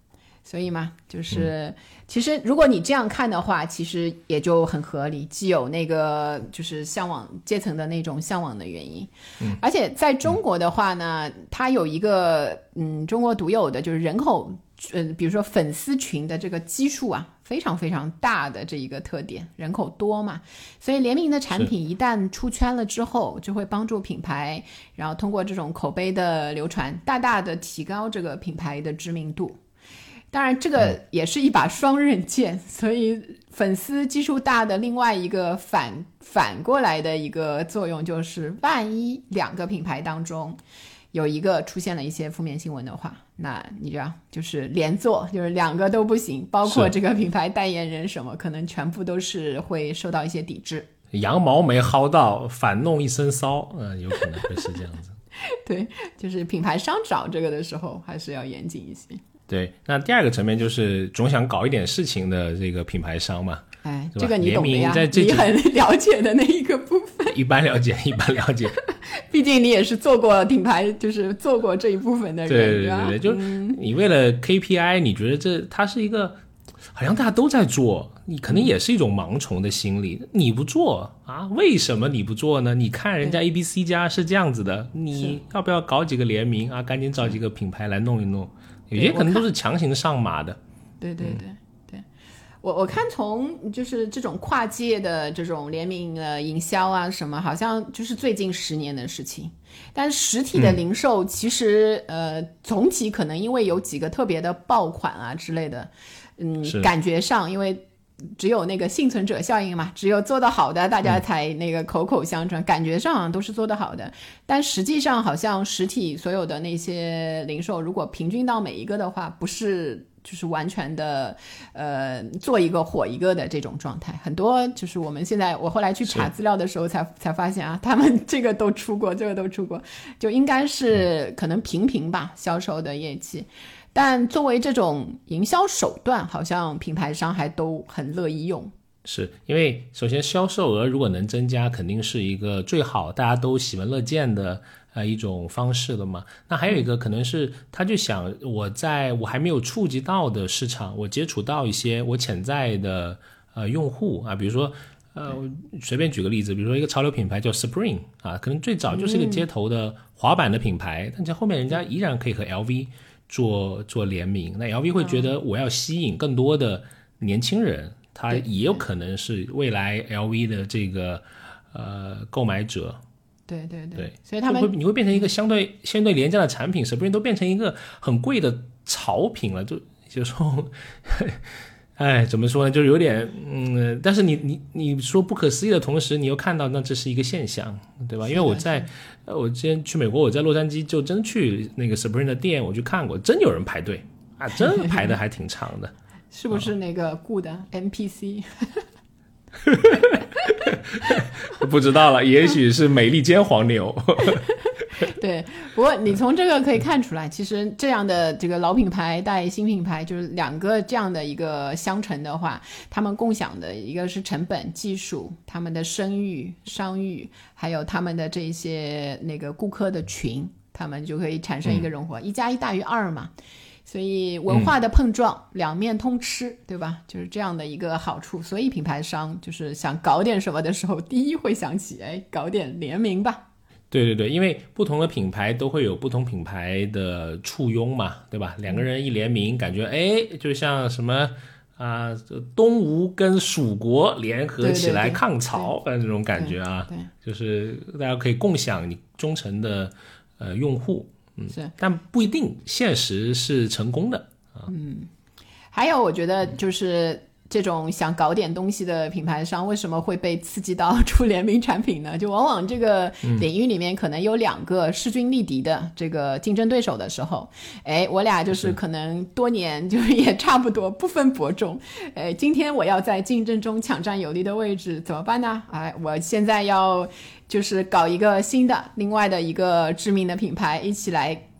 [SPEAKER 2] 所以嘛，就是、嗯、其实如果你这样看的话，其实也就很合理，既有那个就是向往阶层的那种向往的原因，嗯，而且在中国的话呢，嗯、它有一个嗯中国独有的就是人口，嗯、呃，比如说粉丝群的这个基数啊，非常非常大的这一个特点，人口多嘛，所以联名的产品一旦出圈了之后，就会帮助品牌，然后通过这种口碑的流传，大大的提高这个品牌的知名度。当然这个也是一把双刃剑、嗯、所以粉丝基数大的另外一个反反过来的一个作用就是万一两个品牌当中有一个出现了一些负面新闻的话，那你知道就是连坐，就是两个都不行，包括这个品牌代言人什么可能全部都是会受到一些抵制，
[SPEAKER 1] 羊毛没薅到反弄一身骚、嗯、有可能会是这样子
[SPEAKER 2] 对，就是品牌商找这个的时候还是要严谨一些。
[SPEAKER 1] 对，那第二个层面就是总想搞一点事情的这个品牌商嘛，
[SPEAKER 2] 哎，这个你懂的呀，
[SPEAKER 1] 在这
[SPEAKER 2] 你很了解的那一个部分。
[SPEAKER 1] 一般了解，一般了解。
[SPEAKER 2] 毕竟你也是做过品牌，就是做过这一部分的人。
[SPEAKER 1] 对对对对，就你为了 K P I，、嗯、你觉得这它是一个好像大家都在做，你可能也是一种盲从的心理。嗯、你不做啊？为什么你不做呢？你看人家 A B C 家是这样子的，你要不要搞几个联名啊？赶紧找几个品牌来弄一弄。有些可能都是强行上马的。
[SPEAKER 2] 对对对对，我我看从就是这种跨界的这种联名的营销啊什么，好像就是最近十年的事情。但实体的零售其实、嗯、呃总体可能因为有几个特别的爆款啊之类的，嗯，感觉上因为只有那个幸存者效应嘛，只有做得好的大家才那个口口相传、嗯、感觉上好像都是做得好的，但实际上好像实体所有的那些零售如果平均到每一个的话，不是就是完全的呃做一个火一个的这种状态，很多就是我们现在我后来去查资料的时候才才发现啊，他们这个都出过这个都出过，就应该是可能平平吧、嗯、销售的业绩，但作为这种营销手段好像品牌商还都很乐意用。
[SPEAKER 1] 是因为首先销售额如果能增加肯定是一个最好大家都喜闻乐见的呃一种方式了嘛。那还有一个可能是他就想我在我还没有触及到的市场，我接触到一些我潜在的呃用户啊，比如说呃随便举个例子，比如说一个潮流品牌叫 Spring 啊，可能最早就是一个街头的滑板的品牌、嗯、但在后面人家依然可以和 L V 做做联名，那 L V 会觉得我要吸引更多的年轻人，它也有可能是未来 L V 的这个呃购买者。
[SPEAKER 2] 对对 对,
[SPEAKER 1] 对，
[SPEAKER 2] 所以他们
[SPEAKER 1] 会你会变成一个相对相对廉价的产品，Spring 都变成一个很贵的潮品了，就有时候哎怎么说呢，就是有点嗯，但是你你你说不可思议的同时，你又看到那这是一个现象，对吧？因为我在我之前去美国，我在洛杉矶就真去那个 Spring 的店我去看过，真有人排队啊，真排的还挺长的。
[SPEAKER 2] 是不是那个雇的 N P C？
[SPEAKER 1] 不知道了，也许是美利坚黄牛。
[SPEAKER 2] 对，不过你从这个可以看出来，其实这样的这个老品牌带新品牌，就是两个这样的一个相乘的话，他们共享的一个是成本、技术、他们的声誉、商誉，还有他们的这些那个顾客的群，他们就可以产生一个融合，嗯、一加一大于二嘛。所以文化的碰撞、嗯、两面通吃，对吧？就是这样的一个好处。所以品牌商就是想搞点什么的时候，第一会想起哎，搞点联名吧。
[SPEAKER 1] 对对对，因为不同的品牌都会有不同品牌的簇拥嘛，对吧？两个人一联名，感觉哎，就像什么啊、呃，东吴跟蜀国联合起来抗曹，反正这种感觉啊，
[SPEAKER 2] 对对对，
[SPEAKER 1] 就是大家可以共享你忠诚的呃用户。嗯，
[SPEAKER 2] 是，
[SPEAKER 1] 但不一定现实是成功的啊。
[SPEAKER 2] 嗯，还有我觉得就是这种想搞点东西的品牌商为什么会被刺激到出联名产品呢？就往往这个领域里面可能有两个势均力敌的这个竞争对手的时候，哎，我俩就是可能多年就是也差不多不分伯仲，哎，今天我要在竞争中抢占有利的位置怎么办呢？哎，我现在要就是搞一个新的另外的一个知名的品牌一起来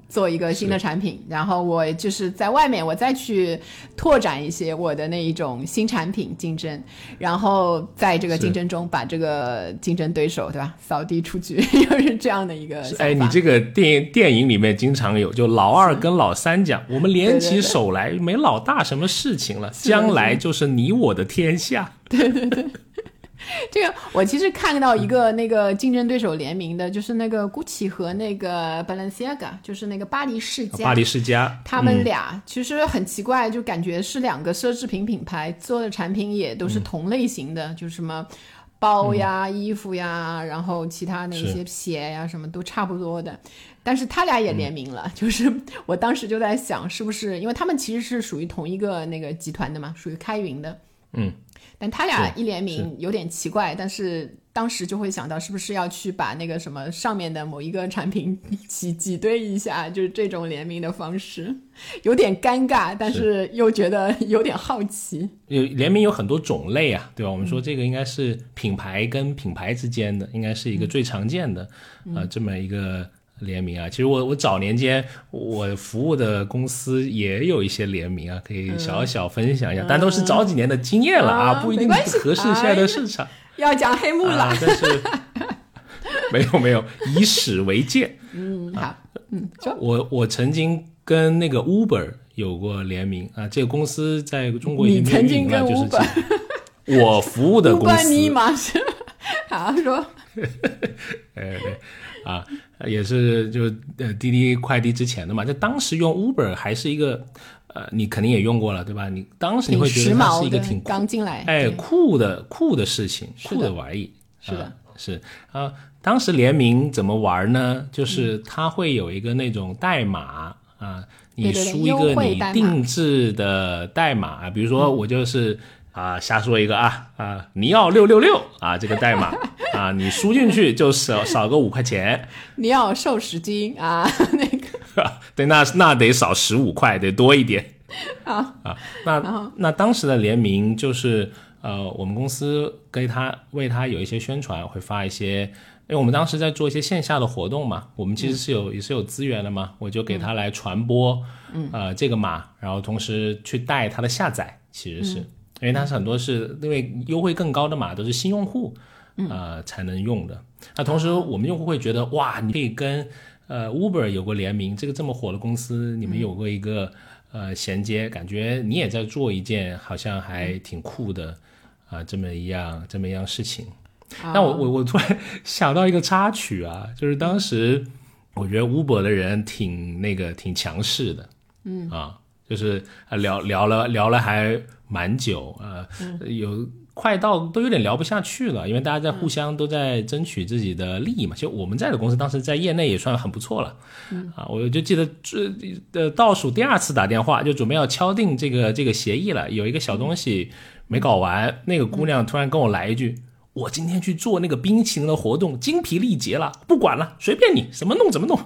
[SPEAKER 2] 做一个新的产品，然后我就是在外面我再去拓展一些我的那一种新产品竞争，然后在这个竞争中把这个竞争对手对吧扫地出局，就是这样的一个想法。
[SPEAKER 1] 哎，你这个电电影里面经常有，就老二跟老三讲，我们联起手来，对对对，没老大什么事情了，将来就是你我的天下。
[SPEAKER 2] 对对对。这个我其实看到一个那个竞争对手联名的，就是那个 Gucci 和那个 Balenciaga， 就是那个巴黎世家。
[SPEAKER 1] 巴黎世家，
[SPEAKER 2] 他们俩其实很奇怪，就感觉是两个奢侈品品牌做的产品也都是同类型的，嗯、就是什么包呀、嗯、衣服呀，然后其他那些鞋呀，什么都差不多的。但是他俩也联名了、嗯，就是我当时就在想，是不是因为他们其实是属于同一个那个集团的嘛，属于开云的。
[SPEAKER 1] 嗯。
[SPEAKER 2] 但他俩一联名有点奇怪，但是当时就会想到是不是要去把那个什么上面的某一个产品一起挤兑一下，就是这种联名的方式有点尴尬，但是又觉得有点好奇。
[SPEAKER 1] 有联名有很多种类啊，对吧？我们说这个应该是品牌跟品牌之间的，应该是一个最常见的、嗯、呃这么一个联名啊。其实我我早年间我服务的公司也有一些联名啊，可以小小分享一下、嗯、但都是早几年的经验了啊、嗯、不一定合适现在的市场、哎、
[SPEAKER 2] 要讲黑幕了、
[SPEAKER 1] 啊、但是没有没有以史为鉴。
[SPEAKER 2] 嗯好嗯
[SPEAKER 1] 我我曾经跟那个 Uber 有过联名啊，这个公司在中国已经没运营了，就是我服务的公司。
[SPEAKER 2] 你马上好说
[SPEAKER 1] 哎对啊，也是就呃滴滴快递之前的嘛，就当时用 Uber 还是一个呃，你肯定也用过了对吧？你当时你会觉得它是一个挺
[SPEAKER 2] 刚进来
[SPEAKER 1] 哎酷的酷的事情，酷的玩意。
[SPEAKER 2] 是的，
[SPEAKER 1] 啊、是啊，当时联名怎么玩呢？就是它会有一个那种代码、嗯、啊，你输一个你定制的代码，对对对，比如说我就是。嗯啊，瞎说一个啊啊，尼奥六六六啊，这个代码啊，你输进去就少少个五块钱。
[SPEAKER 2] 尼奥瘦十斤啊，那个
[SPEAKER 1] 对，那那得少十五块，得多一点。
[SPEAKER 2] 好
[SPEAKER 1] 啊，那那当时的联名就是呃，我们公司给他为他有一些宣传，会发一些，因为我们当时在做一些线下的活动嘛，我们其实是有、嗯、也是有资源的嘛，我就给他来传播，嗯呃这个码，然后同时去带他的下载，其实是。嗯，因为它是很多是因为优惠更高的嘛，都是新用户呃才能用的。那同时我们用户会觉得哇，你可以跟呃 Uber 有过联名，这个这么火的公司你们有过一个呃衔接，感觉你也在做一件好像还挺酷的啊、呃、这么一样这么一样事情。但我我我突然想到一个插曲啊，就是当时我觉得 Uber 的人挺那个挺强势的，嗯啊，就是聊聊了聊了还蛮久啊、呃嗯，有快到都有点聊不下去了，因为大家在互相都在争取自己的利益嘛。其实我们在的公司当时在业内也算很不错了，嗯啊，我就记得这呃倒数第二次打电话就准备要敲定这个这个协议了，有一个小东西没搞完，嗯、那个姑娘突然跟我来一句。我今天去做那个冰淇淋的活动，精疲力竭了，不管了，随便你怎么弄怎么弄。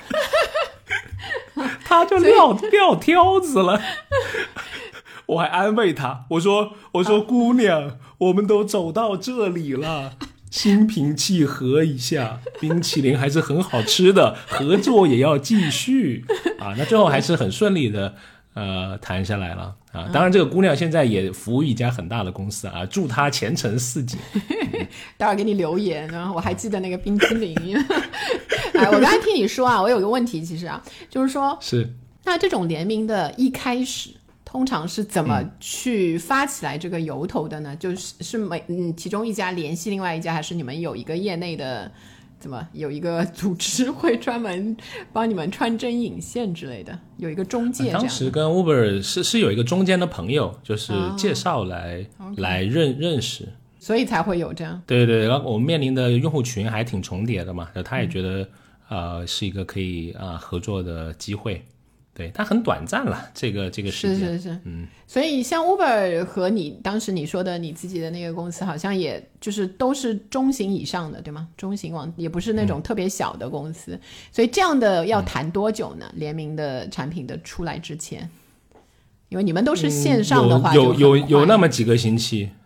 [SPEAKER 1] 他就撂撂挑子了。我还安慰他，我说我说姑娘，我们都走到这里了，心平气和一下，冰淇淋还是很好吃的，合作也要继续啊。那最后还是很顺利的呃谈下来了啊。当然这个姑娘现在也服务一家很大的公司啊，祝她前程似锦。
[SPEAKER 2] 待会儿给你留言，然后我还记得那个冰淇淋。哎，我刚才听你说啊，我有个问题，其实啊，就是说，
[SPEAKER 1] 是
[SPEAKER 2] 那这种联名的一开始，通常是怎么去发起来这个由头的呢？嗯、就是是每嗯其中一家联系另外一家，还是你们有一个业内的，怎么有一个组织会专门帮你们穿针引线之类的，有一个中介这样的？
[SPEAKER 1] 当时跟 Uber 是是有一个中间的朋友，就是介绍来、哦 okay. 来认认识。
[SPEAKER 2] 所以才会有这样。
[SPEAKER 1] 对对对，然后我们面临的用户群还挺重叠的嘛，他也觉得、嗯、呃是一个可以啊、呃、合作的机会。对，它很短暂了，这个这个时间。
[SPEAKER 2] 是是是，嗯。所以像 Uber 和你当时你说的你自己的那个公司，好像也就是都是中型以上的，对吗？中型网也不是那种特别小的公司，嗯、所以这样的要谈多久呢？嗯、联名的产品的出来之前，因为你们都是线上的话、
[SPEAKER 1] 嗯、有有有有那么几个星期。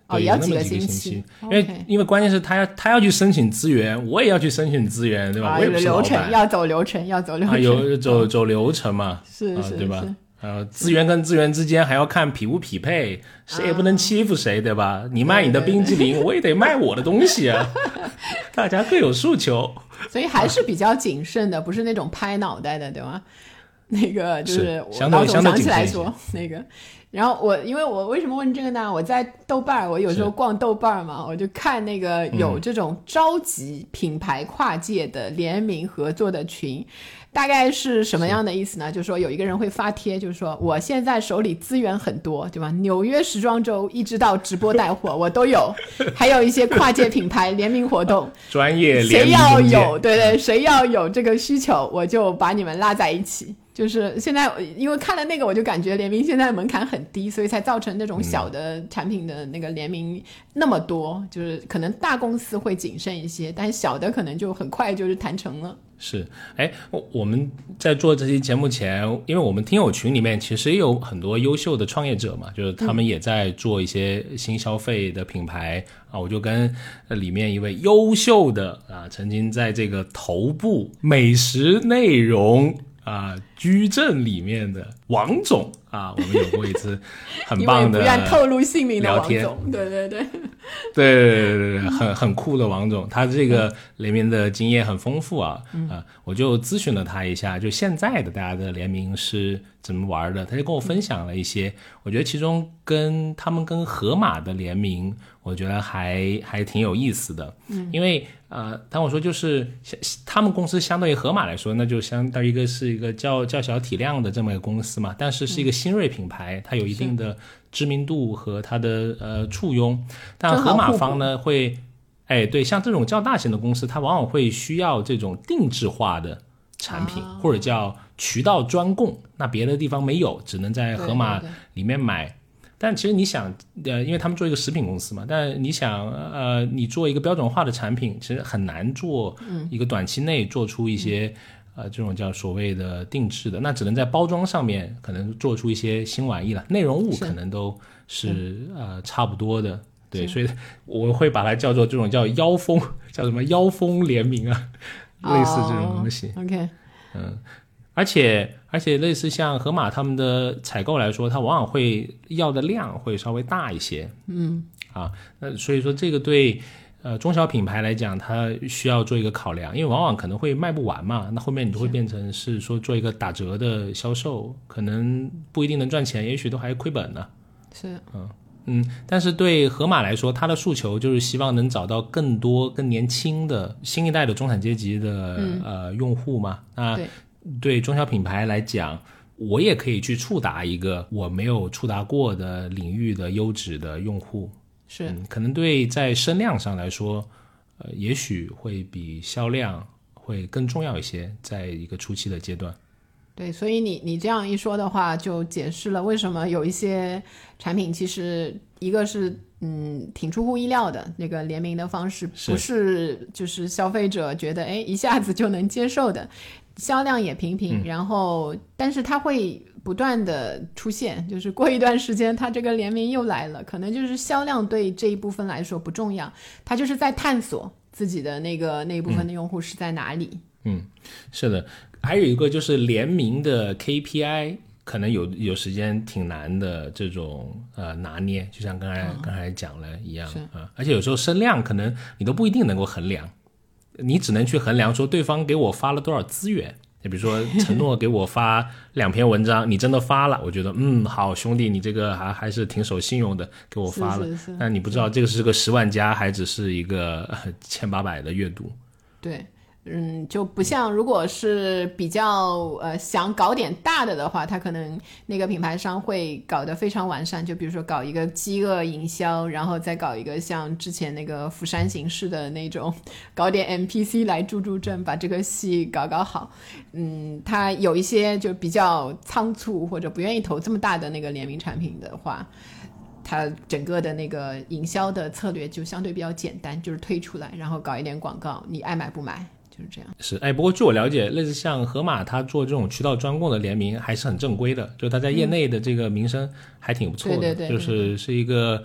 [SPEAKER 2] 哦，
[SPEAKER 1] 也
[SPEAKER 2] 要几个
[SPEAKER 1] 那么几个星
[SPEAKER 2] 期，
[SPEAKER 1] 因为
[SPEAKER 2] okay
[SPEAKER 1] 因为关键是他要他要去申请资源，我也要去申请资源，对吧？
[SPEAKER 2] 啊、
[SPEAKER 1] 我也
[SPEAKER 2] 有流
[SPEAKER 1] 不是老板，
[SPEAKER 2] 程要走流程，要走流程，
[SPEAKER 1] 啊，有走走流程嘛，啊、
[SPEAKER 2] 是是
[SPEAKER 1] 对吧？
[SPEAKER 2] 是
[SPEAKER 1] 呃，资源跟资源之间还要看匹不匹配，谁也不能欺负谁，啊、对吧？你卖你的冰淇淋，我也得卖我的东西啊，大家各有诉求，
[SPEAKER 2] 所以还是比较谨慎的，不是那种拍脑袋的，对吗？那个就是我老总想起来说那个，然后我因为我为什么问这个呢？我在豆瓣，我有时候逛豆瓣嘛，我就看那个有这种召集品牌跨界的联名合作的群。大概是什么样的意思呢？就是说有一个人会发帖，就是说我现在手里资源很多，对吧？纽约时装周一直到直播带货我都有，还有一些跨界品牌联名活动，
[SPEAKER 1] 专业联名，
[SPEAKER 2] 谁要有，对对，谁要有这个需求，我就把你们拉在一起。就是现在因为看了那个，我就感觉联名现在门槛很低，所以才造成那种小的产品的那个联名那么多、嗯、就是可能大公司会谨慎一些，但小的可能就很快就是谈成了。
[SPEAKER 1] 是，哎，我们在做这期节目前，因为我们听友群里面其实也有很多优秀的创业者嘛，就是他们也在做一些新消费的品牌、嗯、啊，我就跟里面一位优秀的啊，曾经在这个头部美食内容啊矩阵里面的王总啊，我们有过一次很棒的
[SPEAKER 2] 因为不愿透露姓名的王
[SPEAKER 1] 总，
[SPEAKER 2] 对对对，
[SPEAKER 1] 对对对对，很很酷的王总，他这个联名的经验很丰富啊，嗯、啊，我就咨询了他一下，就现在的大家的联名是怎么玩的，他就跟我分享了一些，我觉得其中跟他们跟盒马的联名，我觉得还还挺有意思的，嗯，因为呃，当我说就是他们公司相对于盒马来说，那就相当于一个是一个较较小体量的这么一个公司嘛，但是是一个新锐品牌，它有一定的知名度和它的呃簇拥，但盒马方呢会，哎，对，像这种较大型的公司，它往往会需要这种定制化的产品，啊、或者叫渠道专供，那别的地方没有，只能在盒马里面买。对对对，但其实你想，呃，因为他们做一个食品公司嘛，但你想，呃，你做一个标准化的产品，其实很难做一个短期内做出一些。嗯呃，这种叫所谓的定制的，那只能在包装上面可能做出一些新玩意了，内容物可能都是, 是呃差不多的，对，所以我会把它叫做这种叫妖风，叫什么妖风联名啊，类似这种东西。
[SPEAKER 2] Oh, OK，
[SPEAKER 1] 嗯，而且而且类似像盒马他们的采购来说，它往往会要的量会稍微大一些，
[SPEAKER 2] 嗯，
[SPEAKER 1] 啊，那所以说这个对。呃，中小品牌来讲，它需要做一个考量，因为往往可能会卖不完嘛，那后面你就会变成是说做一个打折的销售，可能不一定能赚钱，也许都还亏本呢。
[SPEAKER 2] 是，
[SPEAKER 1] 嗯嗯，但是对盒马来说，它的诉求就是希望能找到更多更年轻的新一代的中产阶级的、嗯、呃用户嘛。那 对, 对中小品牌来讲，我也可以去触达一个我没有触达过的领域的优质的用户。
[SPEAKER 2] 是、
[SPEAKER 1] 嗯，可能对在声量上来说，呃，也许会比销量会更重要一些，在一个初期的阶段。
[SPEAKER 2] 对，所以你你这样一说的话，就解释了为什么有一些产品其实一个是嗯挺出乎意料的，那个联名的方式不是就是消费者觉得哎一下子就能接受的，销量也平平，嗯、然后但是它会不断的出现，就是过一段时间它这个联名又来了，可能就是销量对这一部分来说不重要，它就是在探索自己的那个那一部分的用户是在哪里。
[SPEAKER 1] 嗯，是的，还有一个就是联名的 K P I 可能有有时间挺难的这种呃拿捏，就像刚才、哦、刚才讲了一样啊，而且有时候声量可能你都不一定能够衡量，你只能去衡量说对方给我发了多少资源。比如说承诺给我发两篇文章你真的发了，我觉得嗯好兄弟你这个还还是挺守信用的，给我发了，
[SPEAKER 2] 是是是，
[SPEAKER 1] 但你不知道这个是个十万加还只是一个千八百的阅读。
[SPEAKER 2] 对，嗯，就不像如果是比较呃想搞点大的的话，他可能那个品牌商会搞得非常完善，就比如说搞一个饥饿营销，然后再搞一个像之前那个釜山行式的那种，搞点 N P C 来助助阵，把这个戏搞搞好。嗯，他有一些就比较仓促或者不愿意投这么大的那个联名产品的话，它整个的那个营销的策略就相对比较简单，就是推出来然后搞一点广告，你爱买不买，就是这样。
[SPEAKER 1] 是，哎，不过据我了解，类似像盒马它做这种渠道专供的联名还是很正规的，就它在业内的这个名声还挺不错的，
[SPEAKER 2] 嗯、对对对，
[SPEAKER 1] 就是是一个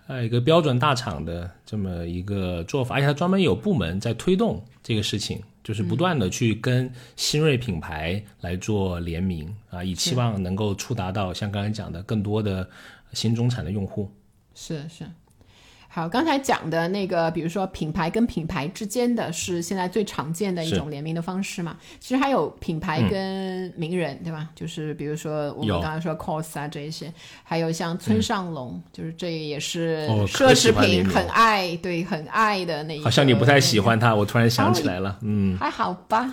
[SPEAKER 1] 呃一个标准大厂的这么一个做法，而且它专门有部门在推动这个事情，就是不断的去跟新锐品牌来做联名啊，以期望能够触达到像刚才讲的更多的新中产的用户。
[SPEAKER 2] 是是。好，刚才讲的那个比如说品牌跟品牌之间的是现在最常见的一种联名的方式嘛，其实还有品牌跟名人、嗯、对吧，就是比如说我们刚才说 C O S 啊这一些，还有像村上隆、嗯、就是这也是奢侈品很爱、哦、对很爱的那一个。
[SPEAKER 1] 好像你不太喜欢他，我突然想起来了、哦、嗯，
[SPEAKER 2] 还好吧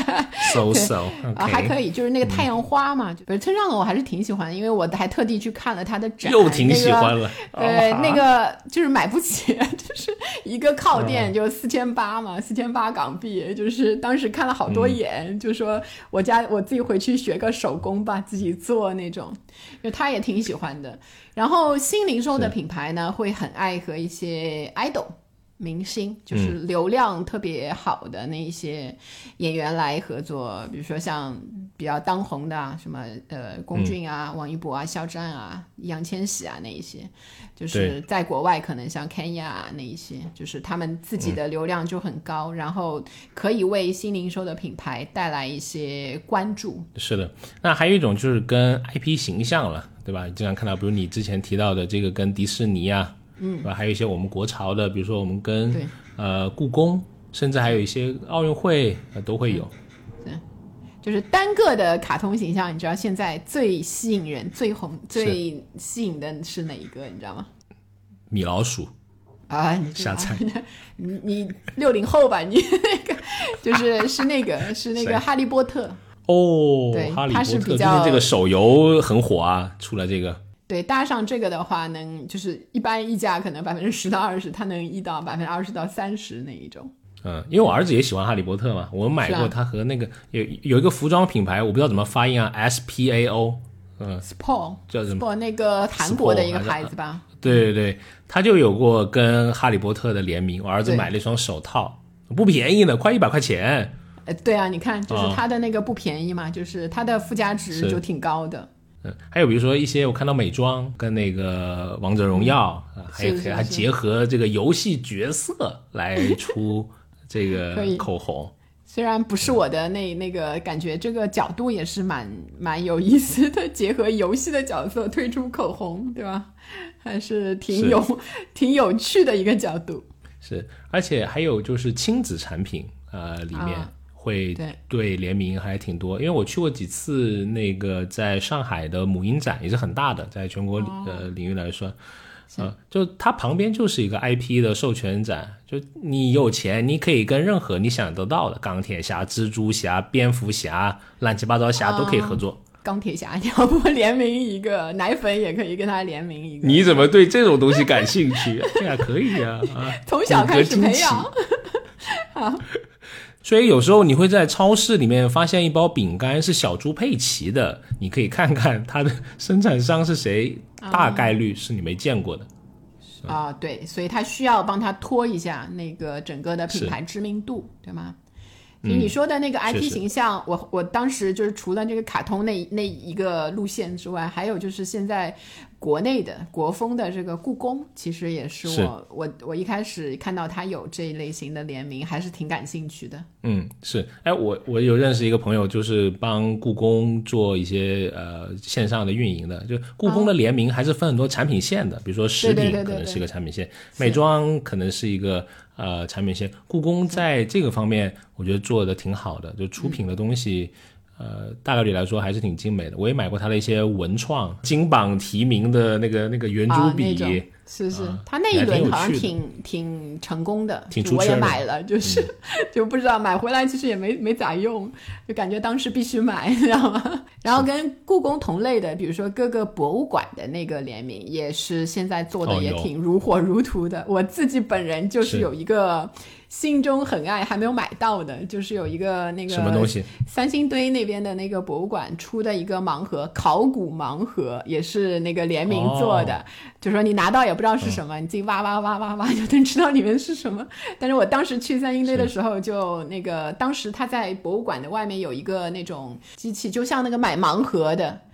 [SPEAKER 1] so so、okay.
[SPEAKER 2] 啊，还可以，就是那个太阳花嘛、嗯、不是村上隆我还是挺喜欢的，因为我还特地去看了他的展，
[SPEAKER 1] 又挺喜欢了、
[SPEAKER 2] 那个、对、哦、那个就是买不起，就是一个靠垫就四千八嘛，四千八港币，就是当时看了好多眼、嗯、就说我家我自己回去学个手工吧，自己做那种，就他也挺喜欢的。然后新零售的品牌呢会很爱和一些 idol明星，就是流量特别好的那一些演员来合作、嗯、比如说像比较当红的啊，什么呃龚俊啊、嗯、王一博啊、肖战啊、易烊千玺啊那一些，就是在国外可能像 Kenya 啊那一些，就是他们自己的流量就很高、嗯、然后可以为新零售的品牌带来一些关注。
[SPEAKER 1] 是的，那还有一种就是跟 I P 形象了，对吧？经常看到比如你之前提到的这个跟迪士尼啊，嗯，还有一些我们国潮的，比如说我们跟呃故宫，甚至还有一些奥运会、呃、都会有。
[SPEAKER 2] 对，就是单个的卡通形象，你知道现在最吸引人、最红、最吸引的是哪一个？你知道吗？
[SPEAKER 1] 米老鼠
[SPEAKER 2] 啊，你
[SPEAKER 1] 下菜，
[SPEAKER 2] 你你六零后吧？你那个就是是那个是那个哈利波特
[SPEAKER 1] 哦，
[SPEAKER 2] 对，
[SPEAKER 1] 哈利波特
[SPEAKER 2] 它是比
[SPEAKER 1] 较最近这个手游很火啊，出了这个。
[SPEAKER 2] 对，搭上这个的话能就是一般溢价可能百分之十到二十，它能溢到百分之二十到三十那一种。
[SPEAKER 1] 嗯，因为我儿子也喜欢哈利波特嘛，我买过他和那个、啊、有有一个服装品牌，我不知道怎么发音啊 ，S P A O， 嗯
[SPEAKER 2] ，S P O，
[SPEAKER 1] 叫什么
[SPEAKER 2] ？S P O 那个韩国的一个牌子吧？
[SPEAKER 1] 对对对，他就有过跟哈利波特的联名，我儿子买了一双手套，不便宜呢，快一百块钱。
[SPEAKER 2] 呃，对啊，你看，就是它的那个不便宜嘛，嗯、就是它的附加值就挺高的。
[SPEAKER 1] 嗯，还有比如说一些我看到美妆跟那个王者荣耀、嗯、还有还结合这个游戏角色来出这个口红。
[SPEAKER 2] 虽然不是我的那那个感觉，这个角度也是蛮蛮有意思的，结合游戏的角色推出口红，对吧？还是挺有挺有趣的一个角度。
[SPEAKER 1] 是，而且还有就是亲子产品呃里面。啊会对联名还挺多，因为我去过几次那个在上海的母婴展，也是很大的，在全国、哦、呃领域来说，呃，就它旁边就是一个 I P 的授权展，就你有钱，你可以跟任何你想得到的钢铁侠、蜘蛛侠、蝙蝠侠、乱七八糟侠都可以合作。哦、
[SPEAKER 2] 钢铁侠，要不联名一个奶粉也可以跟他联名一个。
[SPEAKER 1] 你怎么对这种东西感兴趣？对啊，可以啊，啊
[SPEAKER 2] 从小开始培养。好。
[SPEAKER 1] 所以有时候你会在超市里面发现一包饼干是小猪佩奇的，你可以看看它的生产商是谁，大概率是你没见过的。
[SPEAKER 2] 啊、哦，对，所以他需要帮他拖一下那个整个的品牌知名度，对吗？所以你说的那个 I P 形象，嗯、我我当时就是除了这个卡通那那一个路线之外，还有就是现在国内的国风的这个故宫，其实也是我
[SPEAKER 1] 是
[SPEAKER 2] 我我一开始看到它有这一类型的联名，还是挺感兴趣的。
[SPEAKER 1] 嗯，是，哎，我我有认识一个朋友，就是帮故宫做一些呃线上的运营的，就故宫的联名还是分很多产品线的，哦、比如说食品可能是一个产品线，对对对对美妆可能是一个。呃，产品线，故宫在这个方面，我觉得做的挺好的，就出品的东西，呃，大概率来说还是挺精美的。我也买过它的一些文创金榜题名的那个那个圆珠笔，
[SPEAKER 2] 啊、是是，它、啊、那一轮好像挺挺成功的，
[SPEAKER 1] 挺出圈的。
[SPEAKER 2] 我也买了，就是、嗯、就不知道买回来其实也没没咋用，就感觉当时必须买，你知道吗？然后跟故宫同类的，比如说各个博物馆的那个联名，也是现在做的也挺如火如荼的。哦、我自己本人就是有一个心中很爱还没有买到的，就是有一个那个
[SPEAKER 1] 什么东西，
[SPEAKER 2] 三星堆那边的那个博物馆出的一个盲盒，考古盲盒，也是那个联名做的。哦、就说你拿到也不知道是什么，嗯、你自己挖挖挖挖挖就能知道里面是什么。但是我当时去三星堆的时候，就那个当时他在博物馆的外面有一个那种机器，就像那个买盲盒的，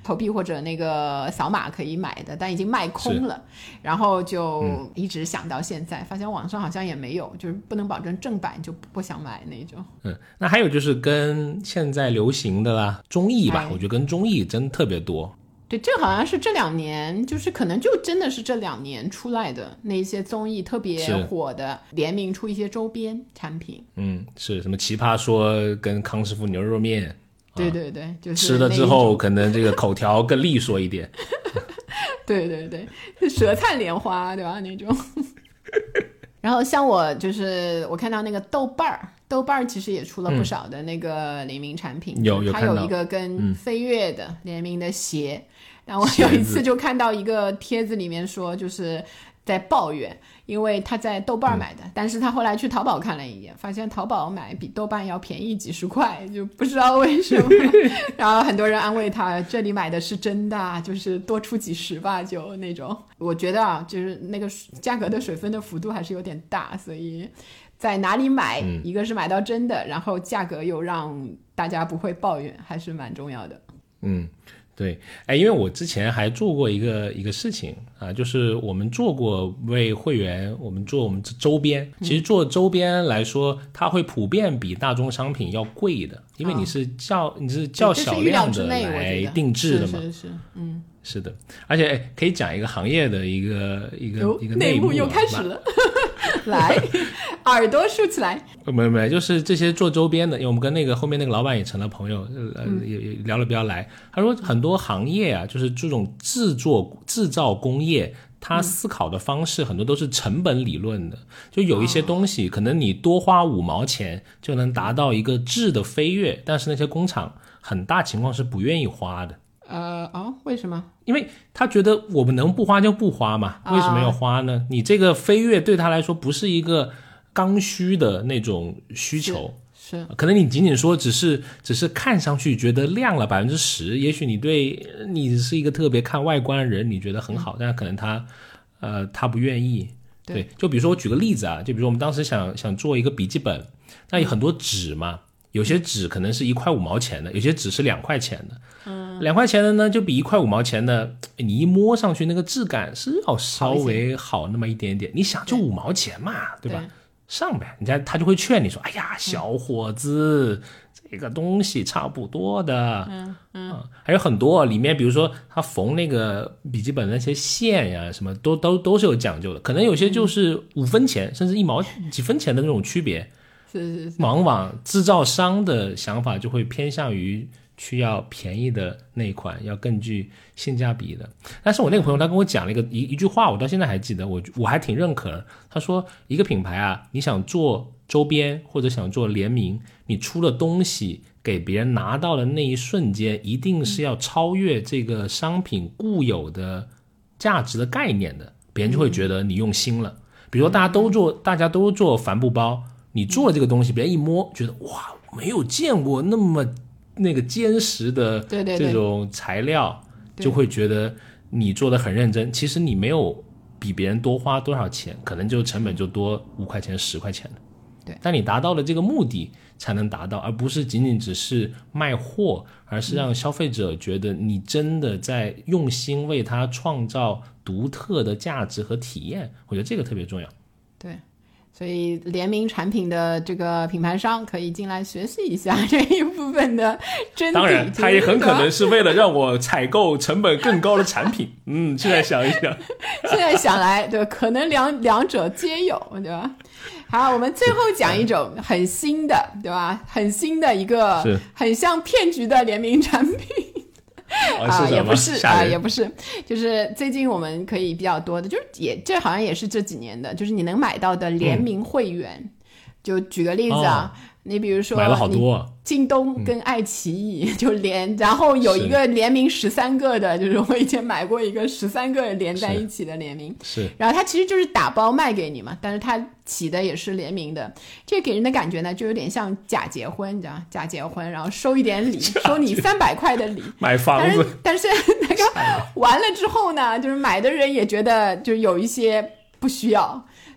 [SPEAKER 2] 投币或者那个扫码可以买的，但已经卖空了，然后就一直想到现在、嗯、发现网上好像也没有，就是不能保证正版，就不想买那种。
[SPEAKER 1] 嗯，那还有就是跟现在流行的啦综艺吧、哎、我觉得跟综艺真特别多。
[SPEAKER 2] 对，这好像是这两年，就是可能就真的是这两年出来的那些综艺特别火的，联名出一些周边产品。
[SPEAKER 1] 嗯，是什么奇葩说跟康师傅牛肉面，
[SPEAKER 2] 对对对，就是
[SPEAKER 1] 吃了之后可能这个口条更利索一点。
[SPEAKER 2] 对对对，舌灿莲花，对吧？那种。然后像我就是我看到那个豆瓣儿。豆瓣其实也出了不少的那个联名产品、
[SPEAKER 1] 嗯、有有
[SPEAKER 2] 它有一个跟飞跃的联名的鞋、嗯、然后我有一次就看到一个帖子里面说就是在抱怨，因为他在豆瓣买的、嗯、但是他后来去淘宝看了一眼，发现淘宝买比豆瓣要便宜几十块，就不知道为什么。然后很多人安慰他这里买的是真的，就是多出几十吧，就那种。我觉得啊，就是那个价格的水分的幅度还是有点大，所以在哪里买、嗯、一个是买到真的，然后价格又让大家不会抱怨，还是蛮重要的。
[SPEAKER 1] 嗯，对，哎，因为我之前还做过一个一个事情啊，就是我们做过为会员，我们做我们周边，其实做周边来说，它会普遍比大宗商品要贵的，因为你是较、哦、你是较小量的来定制的嘛，
[SPEAKER 2] 是是是，嗯。
[SPEAKER 1] 是的，而且哎，可以讲一个行业的一个一个一个
[SPEAKER 2] 内幕又开始了，来，耳朵竖起来。
[SPEAKER 1] 没有没有，就是这些做周边的，因为我们跟那个后面那个老板也成了朋友，呃，嗯、也也聊了比较来。他说很多行业啊，就是这种制作制造工业，他思考的方式很多都是成本理论的，就有一些东西可能你多花五毛钱就能达到一个质的飞跃，但是那些工厂很大情况是不愿意花的。
[SPEAKER 2] 呃哦，为什么？
[SPEAKER 1] 因为他觉得我们能不花就不花嘛，为什么要花呢？啊、你这个飞跃对他来说不是一个刚需的那种需求，
[SPEAKER 2] 是, 是
[SPEAKER 1] 可能你仅仅说只是只是看上去觉得亮了百分之十，也许你对你是一个特别看外观的人，你觉得很好，嗯、但可能他呃他不愿意。对, 对，就比如说我举个例子啊，就比如说我们当时想想做一个笔记本，那有很多纸嘛。有些纸可能是一块五毛钱的，有些纸是两块钱的。嗯，两块钱的呢，就比一块五毛钱的，你一摸上去那个质感是要稍微好那么一点点。你想，就五毛钱嘛， 对, 对吧？对上呗，人家他就会劝你说：“哎呀，小伙子，嗯、这个东西差不多的。”嗯嗯、啊，还有很多里面，比如说他缝那个笔记本那些线呀，什么都都都是有讲究的。可能有些就是五分钱，甚至一毛几分钱的那种区别。
[SPEAKER 2] 是是是，
[SPEAKER 1] 往往制造商的想法就会偏向于去要便宜的那一款，要更具性价比的。但是我那个朋友他跟我讲了一个一一句话，我到现在还记得，我我还挺认可的。他说，一个品牌啊，你想做周边或者想做联名，你出了东西给别人拿到的那一瞬间，一定是要超越这个商品固有的价值的概念的，别人就会觉得你用心了。比如说大家都做，大家都做帆布包。你做了这个东西，别人一摸觉得哇，没有见过那么那个坚实的这种材料，对对对，就会觉得你做的很认真。其实你没有比别人多花多少钱，可能就成本就多五块钱十块钱的。
[SPEAKER 2] 对，
[SPEAKER 1] 但你达到了这个目的才能达到，而不是仅仅只是卖货，而是让消费者觉得你真的在用心为他创造独特的价值和体验。我觉得这个特别重要。
[SPEAKER 2] 对。所以联名产品的这个品牌商可以进来学习一下这一部分的真谛。
[SPEAKER 1] 当然他也很可能是为了让我采购成本更高的产品。嗯，现在想一想
[SPEAKER 2] 现在想来对，可能两两者皆有，对吧？好，我们最后讲一种很新的，对吧？很新的一个很像骗局的联名产品。啊、呃，也不是啊、呃，也不是，就是最近我们可以比较多的，就是也这好像也是这几年的，就是你能买到的联名会员。嗯、就举个例子啊，哦、你比如说
[SPEAKER 1] 买了好多，
[SPEAKER 2] 京东跟爱奇艺就连，嗯、然后有一个联名十三个的，就是我以前买过一个十三个连在一起的联名，
[SPEAKER 1] 是，
[SPEAKER 2] 然后它其实就是打包卖给你嘛，但是它起的也是联名的，这给人的感觉呢，就有点像假结婚，你知道，假结婚，然后收一点礼，收你三百块的礼，
[SPEAKER 1] 买房子，
[SPEAKER 2] 但是那个完了之后呢，就是买的人也觉得就是有一些不需要。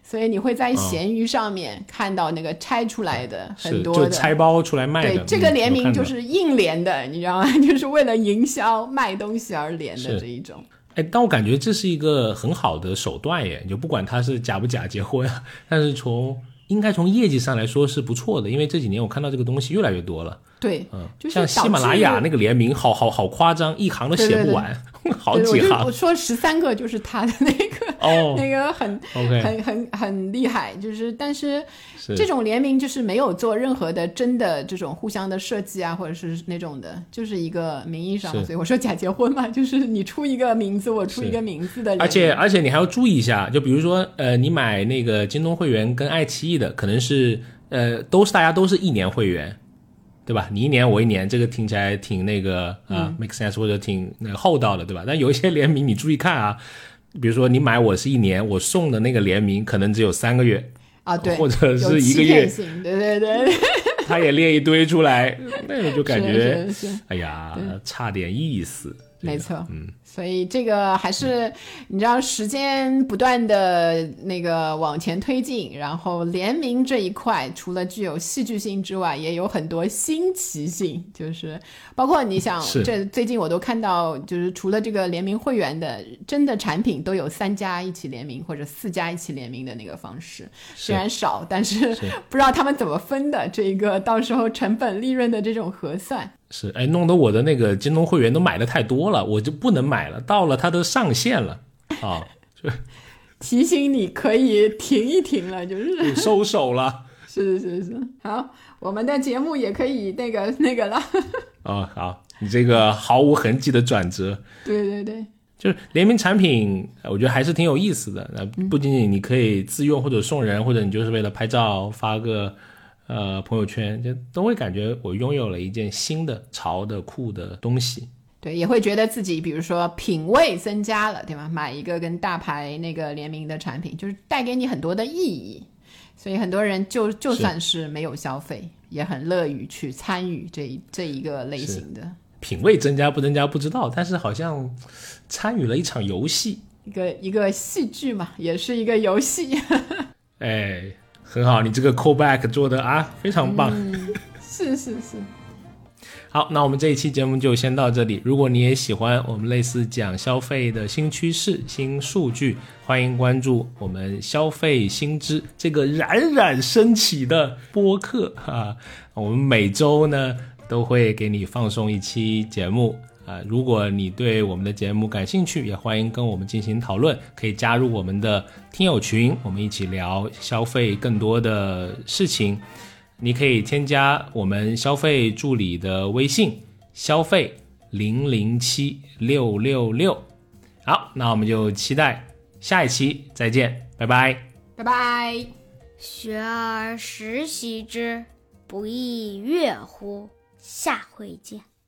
[SPEAKER 2] 所以你会在闲鱼上面看到那个拆出来的很多的，
[SPEAKER 1] 就拆包出来卖的。
[SPEAKER 2] 对，这个联名就是硬连的，你知道吗？就是为了营销卖东西而连的这一种。
[SPEAKER 1] 哎，但我感觉这是一个很好的手段耶，就不管他是假不假结婚啊，但是从应该从业绩上来说是不错的，因为这几年我看到这个东西越来越多了。
[SPEAKER 2] 对，
[SPEAKER 1] 嗯，
[SPEAKER 2] 就是
[SPEAKER 1] 像喜马拉雅那个联名，好好好夸张，一行都写不完，对对对好几行。
[SPEAKER 2] 我, 我说十三个就是他的那个，哦，那个很
[SPEAKER 1] okay
[SPEAKER 2] 很很很厉害，就是但是这种联名就是没有做任何的真的这种互相的设计啊，或者是那种的，就是一个名义上，所以我说假结婚嘛，就是你出一个名字，我出一个名字的联名。
[SPEAKER 1] 而且而且你还要注意一下，就比如说呃，你买那个京东会员跟爱奇艺的，可能是呃都是大家都是一年会员。对吧？你一年我一年，这个听起来挺那个啊、呃嗯、make sense 或者挺那个厚道的，对吧？但有一些联名你注意看啊，比如说你买我是一年，我送的那个联名可能只有三个月
[SPEAKER 2] 啊，对，
[SPEAKER 1] 或者是一个月，
[SPEAKER 2] 对对对，
[SPEAKER 1] 他也列一堆出来，那我就感觉
[SPEAKER 2] 是是是
[SPEAKER 1] 哎呀，差点意思。
[SPEAKER 2] 没错，
[SPEAKER 1] 嗯，
[SPEAKER 2] 所以这个还是你知道，时间不断的那个往前推进，然后联名这一块除了具有戏剧性之外，也有很多新奇性，就是包括你想，这最近我都看到，就是除了这个联名会员的，真的产品都有三家一起联名或者四家一起联名的那个方式，虽然少，但是不知道他们怎么分的，这个到时候成本利润的这种核算。
[SPEAKER 1] 是，哎，弄得我的那个京东会员都买的太多了，我就不能买了，到了它的上限了啊，就
[SPEAKER 2] 提醒你可以停一停了，就是
[SPEAKER 1] 收手了。
[SPEAKER 2] 是是是，好，我们的节目也可以那个那个了。
[SPEAKER 1] 哦，好，你这个毫无痕迹的转折，
[SPEAKER 2] 对对对，
[SPEAKER 1] 就是联名产品，我觉得还是挺有意思的。那不仅仅你可以自用或者送人，或者你就是为了拍照发个。呃，朋友圈就都会感觉我拥有了一件新的潮的酷的东西，
[SPEAKER 2] 对，也会觉得自己比如说品味增加了，对吧？买一个跟大牌那个联名的产品，就是带给你很多的意义，所以很多人就就算是没有消费，也很乐于去参与这这一个类型的。
[SPEAKER 1] 品味增加不增加不知道，但是好像参与了一场游戏，
[SPEAKER 2] 一个一个戏剧嘛，也是一个游戏。
[SPEAKER 1] 哎。很好，你这个 callback 做的啊非常棒、
[SPEAKER 2] 嗯、是是是。
[SPEAKER 1] 好，那我们这一期节目就先到这里，如果你也喜欢我们类似讲消费的新趋势新数据，欢迎关注我们消费新知这个冉冉升起的播客啊，我们每周呢都会给你放送一期节目啊，如果你对我们的节目感兴趣，也欢迎跟我们进行讨论，可以加入我们的听友群，我们一起聊消费更多的事情。你可以添加我们消费助理的微信，消费零零七六六六。好，那我们就期待下一期再见，拜拜，
[SPEAKER 2] 拜拜。
[SPEAKER 3] 学而时习之，不亦说乎？下回见。